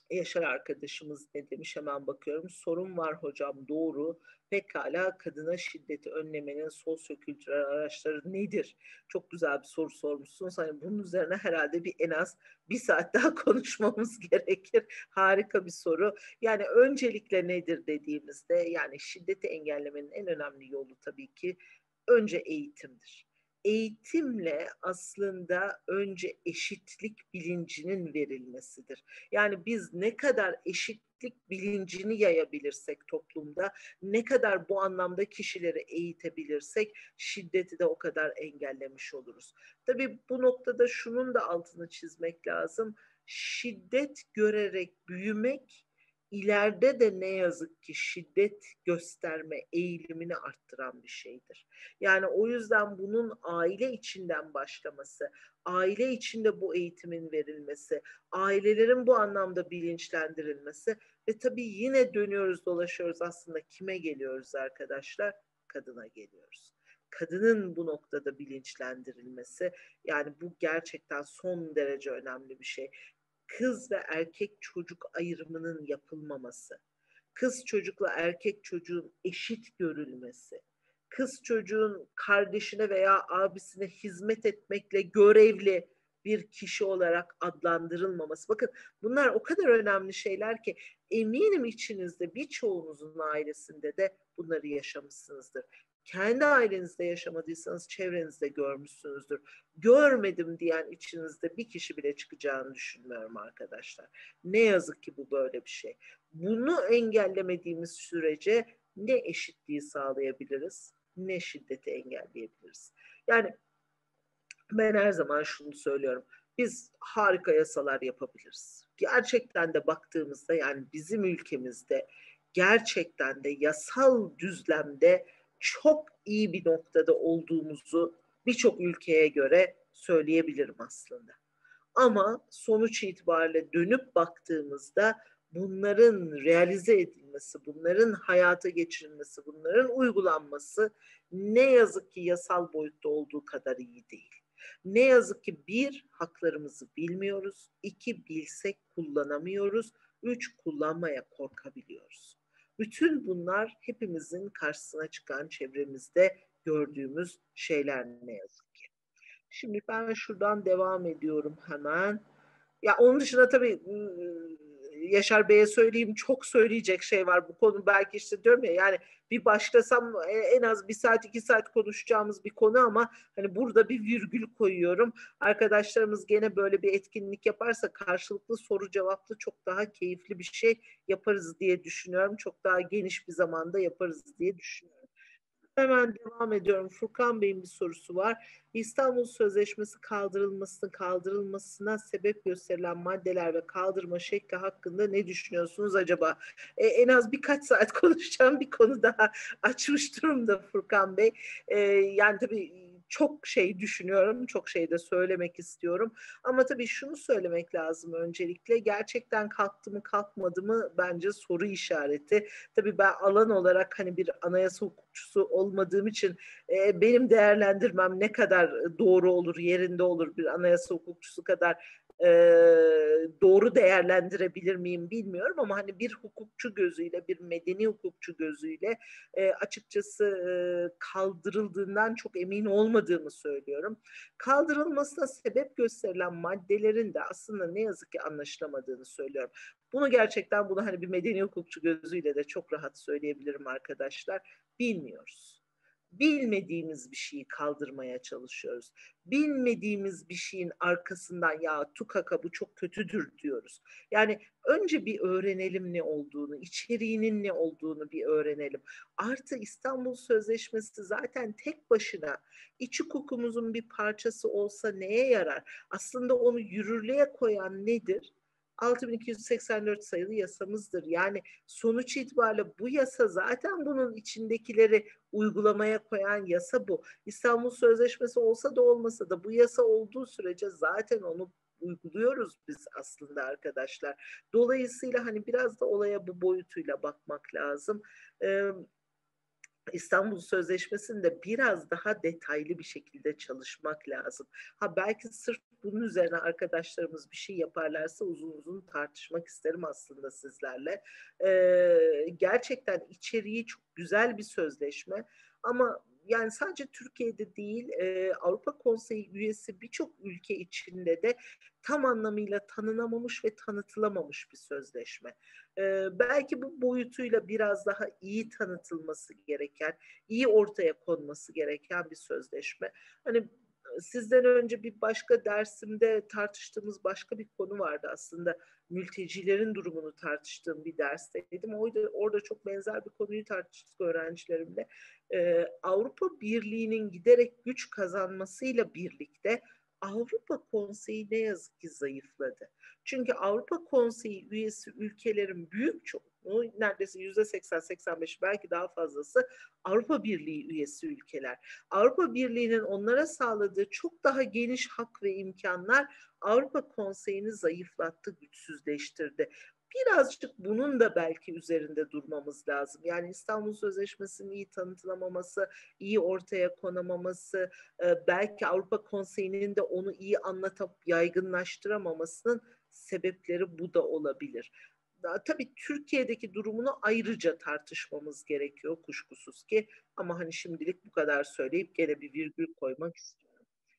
Yaşar arkadaşımız ne demiş, hemen bakıyorum. Sorun var hocam, doğru. Pekala, kadına şiddeti önlemenin sosyokültürel araçları nedir? Çok güzel bir soru sormuşsunuz. Hani bunun üzerine herhalde en az bir saat daha konuşmamız gerekir. Harika bir soru. Yani öncelikle nedir dediğimizde, yani şiddeti engellemenin en önemli yolu tabii ki önce eğitimdir. Eğitimle aslında önce eşitlik bilincinin verilmesidir. Yani biz ne kadar eşitlik bilincini yayabilirsek toplumda, ne kadar bu anlamda kişileri eğitebilirsek şiddeti de o kadar engellemiş oluruz. Tabii bu noktada şunun da altını çizmek lazım. Şiddet görerek büyümek ileride de ne yazık ki şiddet gösterme eğilimini arttıran bir şeydir. Yani o yüzden bunun aile içinden başlaması, aile içinde bu eğitimin verilmesi, ailelerin bu anlamda bilinçlendirilmesi ve tabii yine dönüyoruz dolaşıyoruz, aslında kime geliyoruz arkadaşlar? Kadına geliyoruz. Kadının bu noktada bilinçlendirilmesi, yani bu gerçekten son derece önemli bir şey. Kız ve erkek çocuk ayrımının yapılmaması, kız çocukla erkek çocuğun eşit görülmesi, kız çocuğun kardeşine veya abisine hizmet etmekle görevli bir kişi olarak adlandırılmaması. Bakın bunlar o kadar önemli şeyler ki eminim içinizde birçoğunuzun ailesinde de bunları yaşamışsınızdır. Kendi ailenizde yaşamadıysanız çevrenizde görmüşsünüzdür. Görmedim diyen içinizde bir kişi bile çıkacağını düşünmüyorum arkadaşlar. Ne yazık ki bu böyle bir şey. Bunu engellemediğimiz sürece ne eşitliği sağlayabiliriz, ne şiddeti engelleyebiliriz. Yani ben her zaman şunu söylüyorum. Biz harika yasalar yapabiliriz. Gerçekten de baktığımızda, yani bizim ülkemizde gerçekten de yasal düzlemde çok iyi bir noktada olduğumuzu birçok ülkeye göre söyleyebilirim aslında. Ama sonuç itibariyle dönüp baktığımızda bunların realize edilmesi, bunların hayata geçirilmesi, bunların uygulanması ne yazık ki yasal boyutta olduğu kadar iyi değil. Ne yazık ki bir, haklarımızı bilmiyoruz. İki, bilsek kullanamıyoruz. Üç, kullanmaya korkabiliyoruz. Bütün bunlar hepimizin karşısına çıkan çevremizde gördüğümüz şeyler ne yazık ki. Şimdi ben şuradan devam ediyorum hemen. Ya onun dışında tabii Yaşar Bey'e söyleyeyim, çok söyleyecek şey var bu konu, belki işte diyorum ya, yani bir başlasam en az bir saat 2 saat konuşacağımız bir konu ama hani burada bir virgül koyuyorum. Arkadaşlarımız gene böyle bir etkinlik yaparsa karşılıklı soru cevaplı çok daha keyifli bir şey yaparız diye düşünüyorum. Çok daha geniş bir zamanda yaparız diye düşünüyorum. Hemen devam ediyorum. Furkan Bey'in bir sorusu var. İstanbul Sözleşmesi kaldırılmasına sebep gösterilen maddeler ve kaldırma şekli hakkında ne düşünüyorsunuz acaba? En az birkaç saat konuşacağım bir konu daha açmış durumda Furkan Bey. Yani tabii çok şey düşünüyorum, çok şey de söylemek istiyorum. Ama tabii şunu söylemek lazım öncelikle. Gerçekten kalktı mı kalkmadı mı bence soru işareti. Tabii ben alan olarak hani bir anayasa hukukçusu olmadığım için benim değerlendirmem ne kadar doğru olur, yerinde olur, bir anayasa hukukçusu kadar doğru değerlendirebilir miyim bilmiyorum ama hani bir hukukçu gözüyle, bir medeni hukukçu gözüyle açıkçası kaldırıldığından çok emin olmadığımı söylüyorum. Kaldırılmasına sebep gösterilen maddelerin de aslında ne yazık ki anlaşılamadığını söylüyorum. Bunu hani bir medeni hukukçu gözüyle de çok rahat söyleyebilirim arkadaşlar. Bilmiyoruz. Bilmediğimiz bir şeyi kaldırmaya çalışıyoruz. Bilmediğimiz bir şeyin arkasından ya tukaka bu çok kötüdür diyoruz. Yani önce bir öğrenelim ne olduğunu, içeriğinin ne olduğunu bir öğrenelim. Artı İstanbul Sözleşmesi zaten tek başına iç hukukumuzun bir parçası olsa neye yarar? Aslında onu yürürlüğe koyan nedir? 6284 sayılı yasamızdır. Yani sonuç itibariyle bu yasa zaten bunun içindekileri uygulamaya koyan yasa bu. İstanbul Sözleşmesi olsa da olmasa da bu yasa olduğu sürece zaten onu uyguluyoruz biz aslında arkadaşlar. Dolayısıyla hani biraz da olaya bu boyutuyla bakmak lazım. İstanbul Sözleşmesi'nde biraz daha detaylı bir şekilde çalışmak lazım. Belki sırf bunun üzerine arkadaşlarımız bir şey yaparlarsa uzun uzun tartışmak isterim aslında sizlerle. Gerçekten içeriği çok güzel bir sözleşme ama yani sadece Türkiye'de değil, Avrupa Konseyi üyesi birçok ülke içinde de tam anlamıyla tanınamamış ve tanıtılamamış bir sözleşme. Belki bu boyutuyla biraz daha iyi tanıtılması gereken, iyi ortaya konması gereken bir sözleşme. Hani sizden önce bir başka dersimde tartıştığımız başka bir konu vardı aslında. Mültecilerin durumunu tartıştığım bir dersteydim. Orada çok benzer bir konuyu tartıştık öğrencilerimle. Avrupa Birliği'nin giderek güç kazanmasıyla birlikte Avrupa Konseyi ne yazık ki zayıfladı. Çünkü Avrupa Konseyi üyesi ülkelerin büyük çoğunluğu, neredeyse %80-85 belki daha fazlası Avrupa Birliği üyesi ülkeler. Avrupa Birliği'nin onlara sağladığı çok daha geniş hak ve imkanlar Avrupa Konseyi'ni zayıflattı, güçsüzleştirdi. Birazcık bunun da belki üzerinde durmamız lazım. Yani İstanbul Sözleşmesi'nin iyi tanıtılamaması, iyi ortaya konamaması, belki Avrupa Konseyi'nin de onu iyi anlatıp yaygınlaştıramamasının sebepleri bu da olabilir. Tabii Türkiye'deki durumunu ayrıca tartışmamız gerekiyor kuşkusuz ki, ama hani şimdilik bu kadar söyleyip gene bir virgül koymak istiyorum.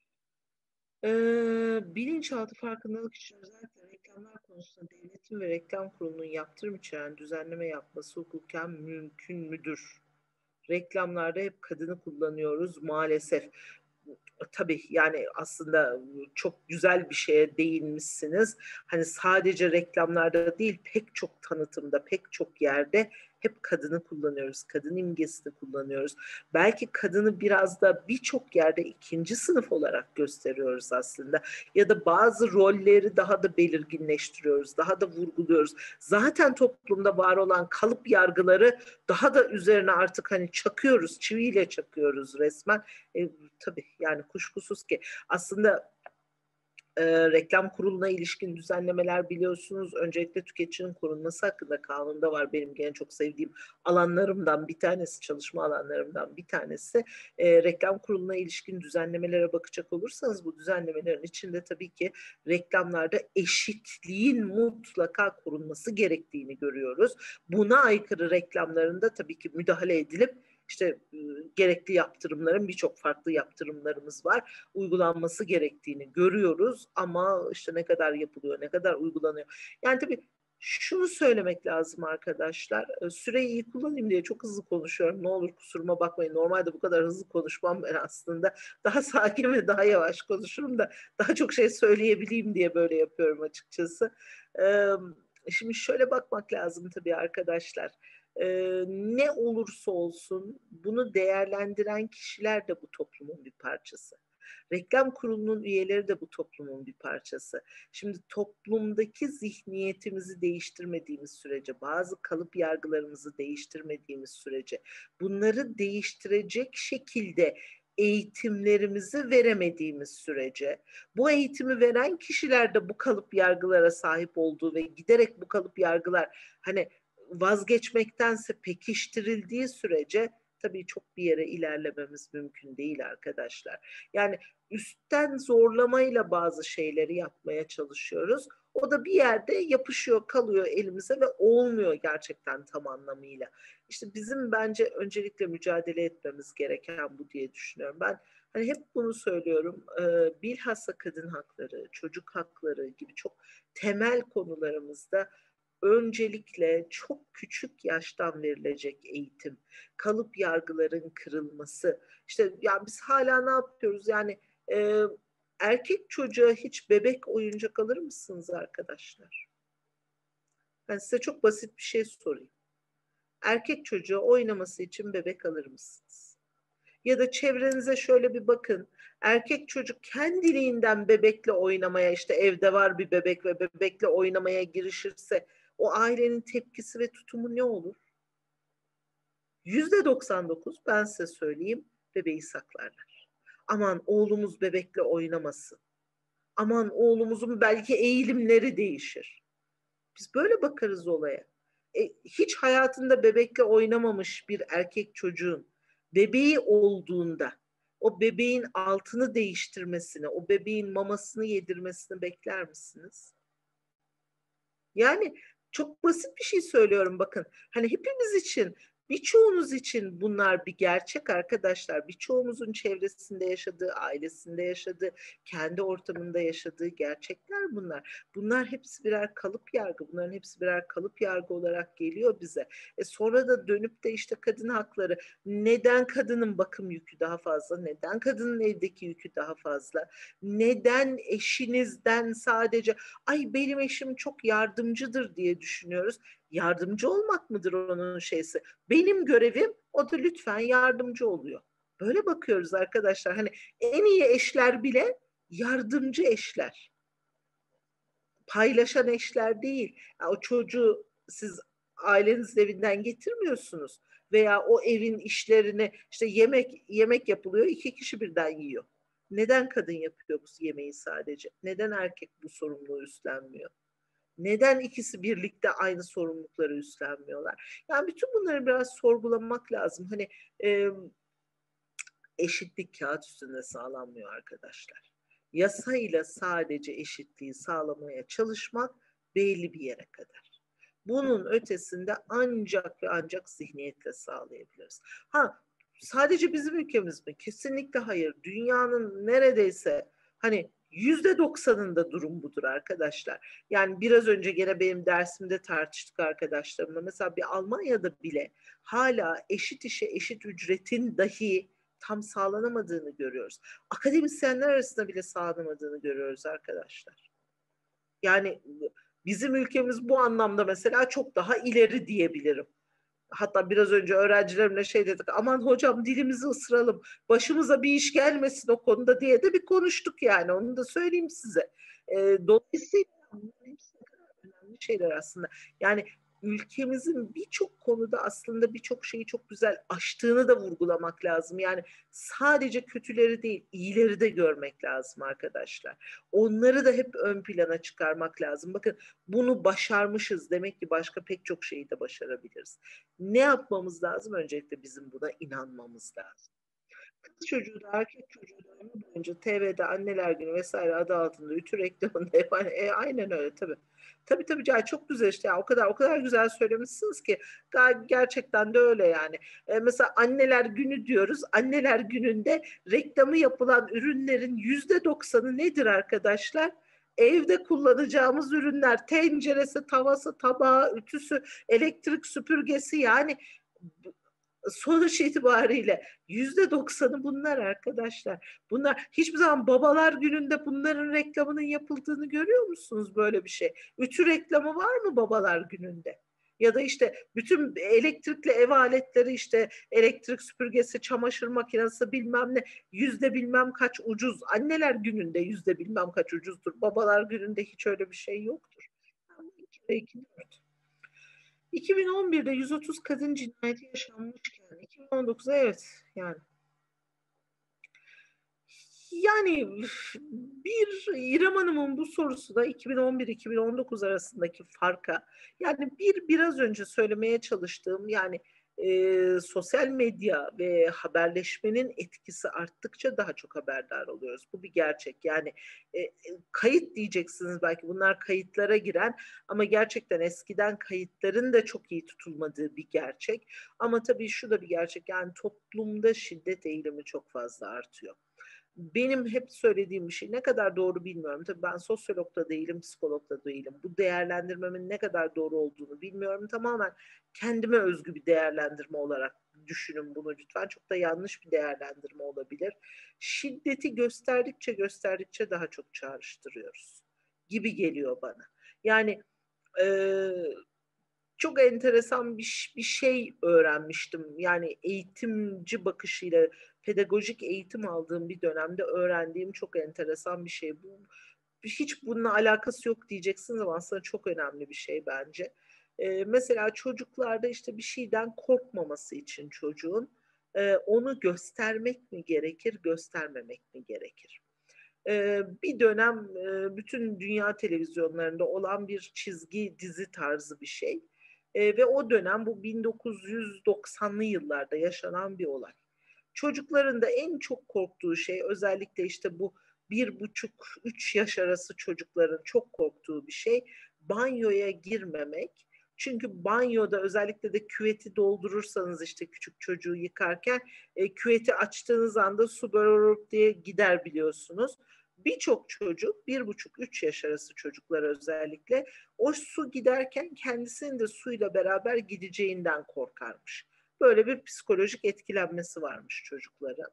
Bilinçaltı farkındalık için özellikle reklamlar konusunda devletin ve reklam kurulunun yaptırım içeren düzenleme yapması hukuken mümkün müdür? Reklamlarda hep kadını kullanıyoruz maalesef. Tabii yani aslında çok güzel bir şeye değinmişsiniz. Hani sadece reklamlarda değil, pek çok tanıtımda, pek çok yerde hep kadını kullanıyoruz. Kadın imgesini kullanıyoruz. Belki kadını biraz da birçok yerde ikinci sınıf olarak gösteriyoruz aslında. Ya da bazı rolleri daha da belirginleştiriyoruz, daha da vurguluyoruz. Zaten toplumda var olan kalıp yargıları daha da üzerine artık hani çakıyoruz, çiviyle çakıyoruz resmen. Tabii yani kuşkusuz ki aslında reklam kuruluna ilişkin düzenlemeler biliyorsunuz. Öncelikle tüketicinin korunması hakkında kanunda var. Benim gene çok sevdiğim alanlarımdan bir tanesi, çalışma alanlarımdan bir tanesi. Reklam kuruluna ilişkin düzenlemelere bakacak olursanız bu düzenlemelerin içinde tabii ki reklamlarda eşitliğin mutlaka korunması gerektiğini görüyoruz. Buna aykırı reklamlarında tabii ki müdahale edilip işte gerekli yaptırımların, birçok farklı yaptırımlarımız var, uygulanması gerektiğini görüyoruz ama işte ne kadar yapılıyor, ne kadar uygulanıyor. Yani tabii şunu söylemek lazım arkadaşlar, süreyi iyi kullanayım diye çok hızlı konuşuyorum, ne olur kusuruma bakmayın, normalde bu kadar hızlı konuşmam ben aslında, daha sakin ve daha yavaş konuşurum da daha çok şey söyleyebileyim diye böyle yapıyorum açıkçası. Şimdi şöyle bakmak lazım tabii arkadaşlar. Ne olursa olsun bunu değerlendiren kişiler de bu toplumun bir parçası. Reklam kurulunun üyeleri de bu toplumun bir parçası. Şimdi toplumdaki zihniyetimizi değiştirmediğimiz sürece, bazı kalıp yargılarımızı değiştirmediğimiz sürece, bunları değiştirecek şekilde eğitimlerimizi veremediğimiz sürece, bu eğitimi veren kişiler de bu kalıp yargılara sahip olduğu ve giderek bu kalıp yargılar hani vazgeçmektense pekiştirildiği sürece tabii çok bir yere ilerlememiz mümkün değil arkadaşlar. Yani üstten zorlamayla bazı şeyleri yapmaya çalışıyoruz. O da bir yerde yapışıyor, kalıyor elimize ve olmuyor gerçekten tam anlamıyla. İşte bizim bence öncelikle mücadele etmemiz gereken bu diye düşünüyorum. Ben hani hep bunu söylüyorum. Bilhassa kadın hakları, çocuk hakları gibi çok temel konularımızda öncelikle çok küçük yaştan verilecek eğitim, kalıp yargıların kırılması. İşte ya biz hala ne yapıyoruz? Yani erkek çocuğa hiç bebek oyuncak alır mısınız arkadaşlar? Ben size çok basit bir şey sorayım. Erkek çocuğa oynaması için bebek alır mısınız? Ya da çevrenize şöyle bir bakın. Erkek çocuk kendiliğinden bebekle oynamaya, işte evde var bir bebek ve bebekle oynamaya girişirse o ailenin tepkisi ve tutumu ne olur? %99 ben size söyleyeyim, bebeği saklarlar. Aman oğlumuz bebekle oynamasın. Aman oğlumuzun belki eğilimleri değişir. Biz böyle bakarız olaya. Hiç hayatında bebekle oynamamış bir erkek çocuğun bebeği olduğunda o bebeğin altını değiştirmesini, o bebeğin mamasını yedirmesini bekler misiniz? Yani çok basit bir şey söylüyorum bakın. Hani hepimiz için, birçoğunuz için bunlar bir gerçek arkadaşlar. Birçoğumuzun çevresinde yaşadığı, ailesinde yaşadığı, kendi ortamında yaşadığı gerçekler bunlar. Bunlar hepsi birer kalıp yargı. Bunların hepsi birer kalıp yargı olarak geliyor bize. Sonra da dönüp de işte kadın hakları. Neden kadının bakım yükü daha fazla? Neden kadının evdeki yükü daha fazla? Neden eşinizden sadece ay benim eşim çok yardımcıdır diye düşünüyoruz. Yardımcı olmak mıdır onun şeysi? Benim görevim o da lütfen yardımcı oluyor. Böyle bakıyoruz arkadaşlar. Hani en iyi eşler bile yardımcı eşler. Paylaşan eşler değil. Yani o çocuğu siz ailenizin evinden getirmiyorsunuz. Veya o evin işlerini işte yemek yapılıyor, 2 kişi birden yiyor. Neden kadın yapıyor bu yemeği sadece? Neden erkek bu sorumluluğu üstlenmiyor? Neden ikisi birlikte aynı sorumlulukları üstlenmiyorlar? Yani bütün bunları biraz sorgulamak lazım. Hani eşitlik kağıt üstünde sağlanmıyor arkadaşlar. Yasayla sadece eşitliği sağlamaya çalışmak belli bir yere kadar. Bunun ötesinde ancak ve ancak zihniyetle sağlayabiliriz. Sadece bizim ülkemiz mi? Kesinlikle hayır. Dünyanın neredeyse hani %90'ında durum budur arkadaşlar. Yani biraz önce gene benim dersimde tartıştık arkadaşlarımla. Mesela bir Almanya'da bile hala eşit işe eşit ücretin dahi tam sağlanamadığını görüyoruz. Akademisyenler arasında bile sağlanamadığını görüyoruz arkadaşlar. Yani bizim ülkemiz bu anlamda mesela çok daha ileri diyebilirim. Hatta biraz önce öğrencilerimle şey dedik, aman hocam dilimizi ısıralım, başımıza bir iş gelmesin o konuda diye de bir konuştuk yani, onu da söyleyeyim size. Dolayısıyla bunların hepsi önemli şeyler aslında. Yani ülkemizin birçok konuda aslında birçok şeyi çok güzel aştığını da vurgulamak lazım. Yani sadece kötüleri değil, iyileri de görmek lazım arkadaşlar. Onları da hep ön plana çıkarmak lazım. Bakın bunu başarmışız. Demek ki başka pek çok şeyi de başarabiliriz. Ne yapmamız lazım? Öncelikle bizim buna inanmamız lazım. Kız çocuğu da erkek çocuğu da ömrü boyunca TV'de Anneler Günü vesaire adı altında ütü reklamında aynen öyle tabii. Tabii yani çok güzel işte ya, o kadar güzel söylemişsiniz ki gerçekten de öyle yani. Mesela Anneler Günü diyoruz. Anneler Günü'nde reklamı yapılan ürünlerin %90'ı nedir arkadaşlar? Evde kullanacağımız ürünler, tenceresi, tavası, tabağı, ütüsü, elektrik süpürgesi, yani sonuç itibariyle %90'ı bunlar arkadaşlar. Bunlar hiçbir zaman Babalar Günü'nde bunların reklamının yapıldığını görüyor musunuz, böyle bir şey? Ütü reklamı var mı Babalar Günü'nde? Ya da işte bütün elektrikli ev aletleri, işte elektrik süpürgesi, çamaşır makinesi bilmem ne, yüzde bilmem kaç ucuz. Anneler Günü'nde yüzde bilmem kaç ucuzdur. Babalar Günü'nde hiç öyle bir şey yoktur. 2011'de 130 kadın cinayeti yaşanmışken 2019'da evet yani bir İrem Hanım'ın bu sorusu da 2011-2019 arasındaki farka, yani biraz önce söylemeye çalıştığım, yani sosyal medya ve haberleşmenin etkisi arttıkça daha çok haberdar oluyoruz. Bu bir gerçek. Yani kayıt diyeceksiniz belki, bunlar kayıtlara giren ama gerçekten eskiden kayıtların da çok iyi tutulmadığı bir gerçek. Ama tabii şu da bir gerçek, yani toplumda şiddet eğilimi çok fazla artıyor. Benim hep söylediğim bir şey, ne kadar doğru bilmiyorum. Tabii ben sosyolog da değilim, psikolog da değilim. Bu değerlendirmemin ne kadar doğru olduğunu bilmiyorum. Tamamen kendime özgü bir değerlendirme olarak düşünün bunu lütfen. Çok da yanlış bir değerlendirme olabilir. Şiddeti gösterdikçe daha çok çağrıştırıyoruz gibi geliyor bana. Yani çok enteresan bir şey öğrenmiştim. Yani eğitimci bakışıyla pedagojik eğitim aldığım bir dönemde öğrendiğim çok enteresan bir şey. Bu hiç bununla alakası yok diyeceksiniz ama aslında çok önemli bir şey bence. Mesela çocuklarda işte bir şeyden korkmaması için çocuğun onu göstermek mi gerekir, göstermemek mi gerekir? Bir dönem bütün dünya televizyonlarında olan bir çizgi dizi tarzı bir şey. Ve o dönem bu 1990'lı yıllarda yaşanan bir olay. Çocukların da en çok korktuğu şey, özellikle işte bu 1,5-3 yaş arası çocukların çok korktuğu bir şey, banyoya girmemek. Çünkü banyoda özellikle de küveti doldurursanız işte küçük çocuğu yıkarken küveti açtığınız anda su böyle diye gider biliyorsunuz. Birçok çocuk, 1,5-3 yaş arası çocuklar özellikle, o su giderken kendisinin de suyla beraber gideceğinden korkarmış. Böyle bir psikolojik etkilenmesi varmış çocukların.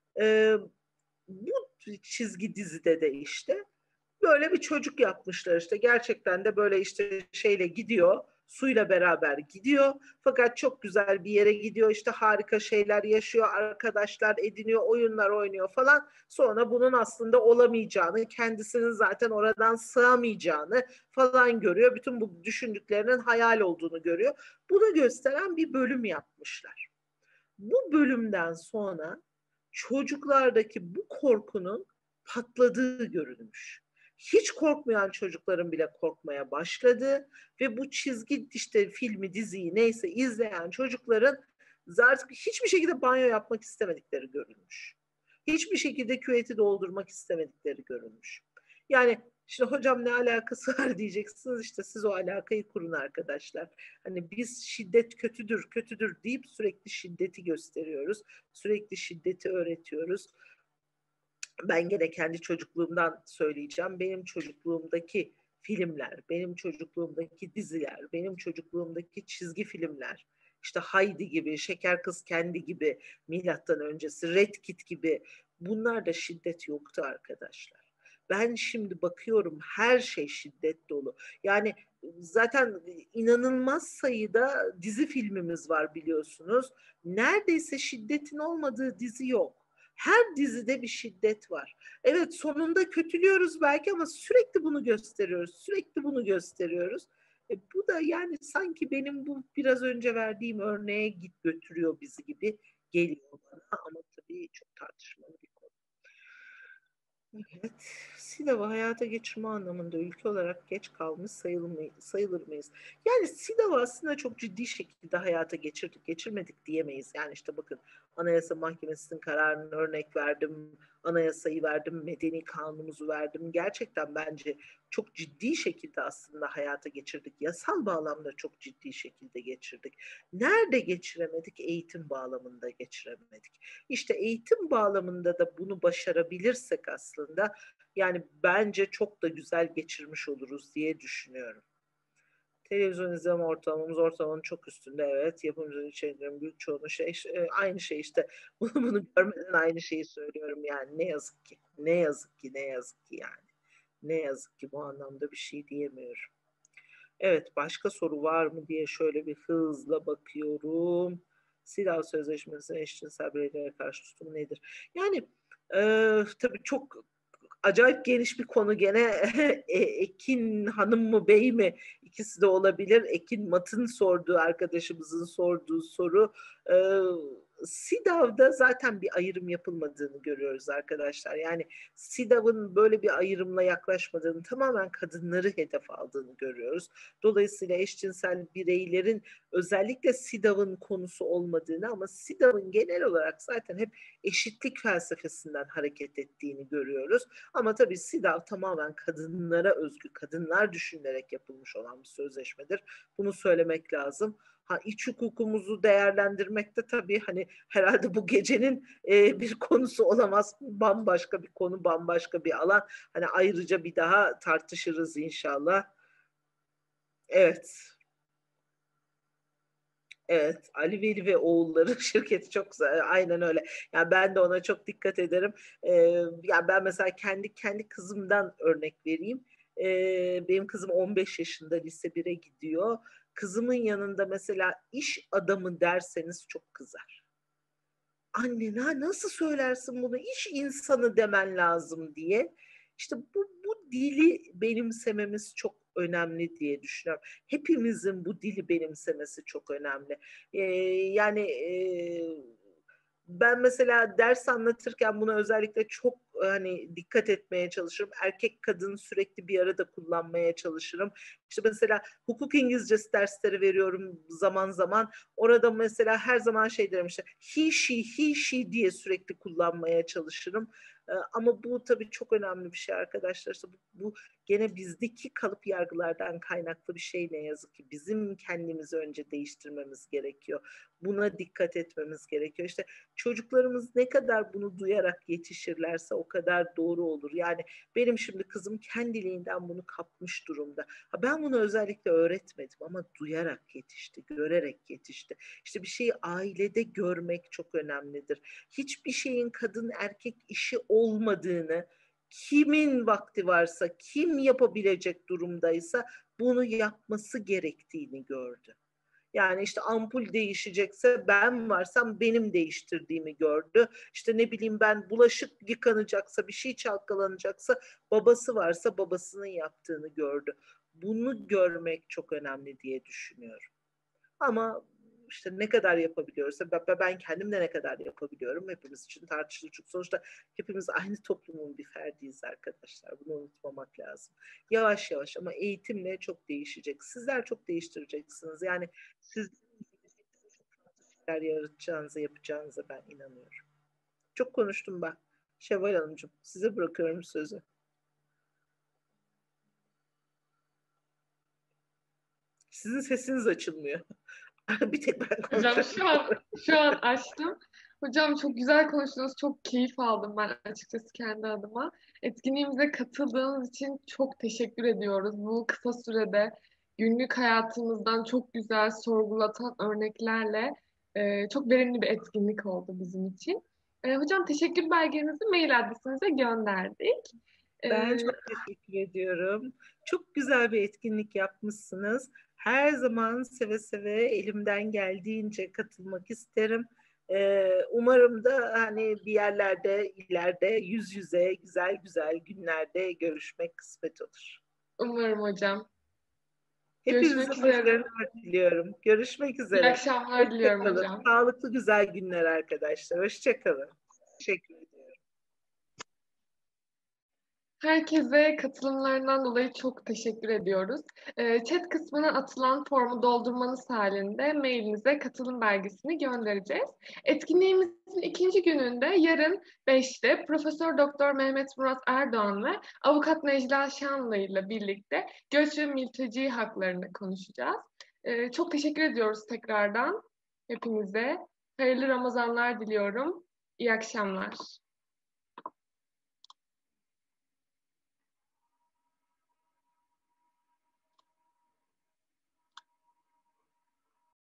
Bu çizgi dizide de işte böyle bir çocuk yapmışlar, işte gerçekten de böyle işte şeyle gidiyor, suyla beraber gidiyor, fakat çok güzel bir yere gidiyor, işte harika şeyler yaşıyor, arkadaşlar ediniyor, oyunlar oynuyor falan. Sonra bunun aslında olamayacağını, kendisinin zaten oradan sığamayacağını falan görüyor. Bütün bu düşündüklerinin hayal olduğunu görüyor. Bunu gösteren bir bölüm yapmışlar. Bu bölümden sonra çocuklardaki bu korkunun patladığı görülmüş. Hiç korkmayan çocukların bile korkmaya başladı ve bu çizgi işte filmi, diziyi neyse izleyen çocukların artık hiçbir şekilde banyo yapmak istemedikleri görülmüş. Hiçbir şekilde küveti doldurmak istemedikleri görülmüş. Yani şimdi hocam ne alakası var diyeceksiniz, işte siz o alakayı kurun arkadaşlar. Hani biz şiddet kötüdür, kötüdür deyip sürekli şiddeti gösteriyoruz. Sürekli şiddeti öğretiyoruz. Ben gene kendi çocukluğumdan söyleyeceğim. Benim çocukluğumdaki filmler, benim çocukluğumdaki diziler, benim çocukluğumdaki çizgi filmler, işte Heidi gibi, Şeker Kız Kendi gibi, milattan öncesi Red Kit gibi, bunlarda şiddet yoktu arkadaşlar. Ben şimdi bakıyorum her şey şiddet dolu. Yani zaten inanılmaz sayıda dizi filmimiz var biliyorsunuz. Neredeyse şiddetin olmadığı dizi yok. Her dizide bir şiddet var. Evet, sonunda kötülüyoruz belki ama sürekli bunu gösteriyoruz. Sürekli bunu gösteriyoruz. Bu da yani sanki benim bu biraz önce verdiğim örneğe git götürüyor bizi gibi geliyor bana, ama tabii çok tartışmalı bir konu. Evet, SİDA'yı hayata geçirme anlamında ülke olarak geç kalmış sayılır mıyız? Yani SİDA'yı aslında çok ciddi şekilde hayata geçirdik, geçirmedik diyemeyiz. Yani işte bakın, Anayasa Mahkemesi'nin kararını örnek verdim, anayasayı verdim, medeni kanunumuzu verdim. Gerçekten bence çok ciddi şekilde aslında hayata geçirdik. Yasal bağlamda çok ciddi şekilde geçirdik. Nerede geçiremedik? Eğitim bağlamında geçiremedik. İşte eğitim bağlamında da bunu başarabilirsek aslında yani bence çok da güzel geçirmiş oluruz diye düşünüyorum. Televizyon izleme ortalamanın çok üstünde, evet. Yapımcının içeriklerin büyük çoğunluğu aynı şey işte. Bunu görmeden aynı şeyi söylüyorum yani. Ne yazık ki. Ne yazık ki, ne yazık ki yani. Ne yazık ki bu anlamda bir şey diyemiyorum. Evet, başka soru var mı diye şöyle bir hızla bakıyorum. Silah Sözleşmesi'nin eşcinsel bireylere karşı tutumu nedir? Yani tabii çok acayip geniş bir konu gene. Ekin Hanım mı bey mi? İkisi de olabilir. Ekin Mat'ın sorduğu, arkadaşımızın sorduğu soru. SİDAV'da zaten bir ayrım yapılmadığını görüyoruz arkadaşlar. Yani SİDAV'ın böyle bir ayrımla yaklaşmadığını, tamamen kadınları hedef aldığını görüyoruz. Dolayısıyla eşcinsel bireylerin özellikle SİDAV'ın konusu olmadığını, ama SİDAV'ın genel olarak zaten hep eşitlik felsefesinden hareket ettiğini görüyoruz. Ama tabii SİDAV tamamen kadınlara özgü, kadınlar düşünülerek yapılmış olan bir sözleşmedir. Bunu söylemek lazım. İç hukukumuzu değerlendirmekte tabii hani herhalde bu gecenin bir konusu olamaz. Bambaşka bir konu, bambaşka bir alan. Hani ayrıca bir daha tartışırız inşallah. Evet. Evet, Ali Veli ve oğulları şirketi çok güzel. Aynen öyle. Yani ben de ona çok dikkat ederim. Yani ben mesela kendi kızımdan örnek vereyim. Benim kızım 15 yaşında, lise 1'e gidiyor. Kızımın yanında mesela iş adamı derseniz çok kızar. Anne nasıl söylersin bunu? İş insanı demen lazım diye. İşte bu dili benimsememiz çok önemli diye düşünüyorum. Hepimizin bu dili benimsemesi çok önemli. Yani ben mesela ders anlatırken bunu özellikle çok hani dikkat etmeye çalışırım. Erkek kadın sürekli bir arada kullanmaya çalışırım. İşte mesela hukuk İngilizcesi dersleri veriyorum zaman zaman. Orada mesela her zaman şey derim işte he she diye sürekli kullanmaya çalışırım. Ama bu tabii çok önemli bir şey arkadaşlar. İşte bu gene bizdeki kalıp yargılardan kaynaklı bir şey ne yazık ki. Bizim kendimizi önce değiştirmemiz gerekiyor. Buna dikkat etmemiz gerekiyor. İşte çocuklarımız ne kadar bunu duyarak yetişirlerse o kadar doğru olur. Yani benim şimdi kızım kendiliğinden bunu kapmış durumda. Ben bunu özellikle öğretmedim ama duyarak yetişti, görerek yetişti. İşte bir şeyi ailede görmek çok önemlidir. Hiçbir şeyin kadın erkek işi olmadığını, kimin vakti varsa, kim yapabilecek durumdaysa bunu yapması gerektiğini gördü. Yani işte ampul değişecekse ben varsam benim değiştirdiğimi gördü. İşte ne bileyim ben bulaşık yıkanacaksa, bir şey çalkalanacaksa babası varsa babasının yaptığını gördü. Bunu görmek çok önemli diye düşünüyorum. Ama işte ne kadar yapabiliyoruz? Ben kendim de ne kadar yapabiliyorum? Hepimiz için tartışılır. Çünkü sonuçta hepimiz aynı toplumun bir ferdiyiz arkadaşlar. Bunu unutmamak lazım. Yavaş yavaş ama eğitimle çok değişecek. Sizler çok değiştireceksiniz. Yani siz çok farklı şeyler yaratacağınıza, yapacağınıza ben inanıyorum. Çok konuştum ben. Şevval Hanımcığım, size bırakıyorum sözü. Sizin sesiniz açılmıyor. Bir tek ben Hocam konuşuyorum. şu an açtım. Hocam çok güzel konuştunuz. Çok keyif aldım ben açıkçası kendi adıma. Etkinliğimize katıldığınız için çok teşekkür ediyoruz. Bu kısa sürede günlük hayatımızdan çok güzel sorgulatan örneklerle çok verimli bir etkinlik oldu bizim için. Hocam teşekkür belgenizi mail adresinize gönderdik. Ben çok teşekkür ediyorum. Çok güzel bir etkinlik yapmışsınız. Her zaman seve seve elimden geldiğince katılmak isterim. Umarım da hani bir yerlerde ileride yüz yüze güzel güzel günlerde görüşmek kısmet olur. Umarım hocam. Hepinize Görüşmek üzere. başarılar diliyorum. Görüşmek İyi üzere. akşamlar diliyorum Hoşçakalın. hocam. Sağlıklı güzel günler arkadaşlar. Hoşçakalın. Teşekkür ederim. Herkese katılımlarından dolayı çok teşekkür ediyoruz. Chat kısmına atılan formu doldurmanız halinde mailinize katılım belgesini göndereceğiz. Etkinliğimizin ikinci gününde yarın 5'te Profesör Doktor Mehmet Murat Erdoğan ve Avukat Necla Şanlı ile birlikte göç ve mülteci haklarını konuşacağız. Çok teşekkür ediyoruz tekrardan hepinize. Hayırlı Ramazanlar diliyorum. İyi akşamlar.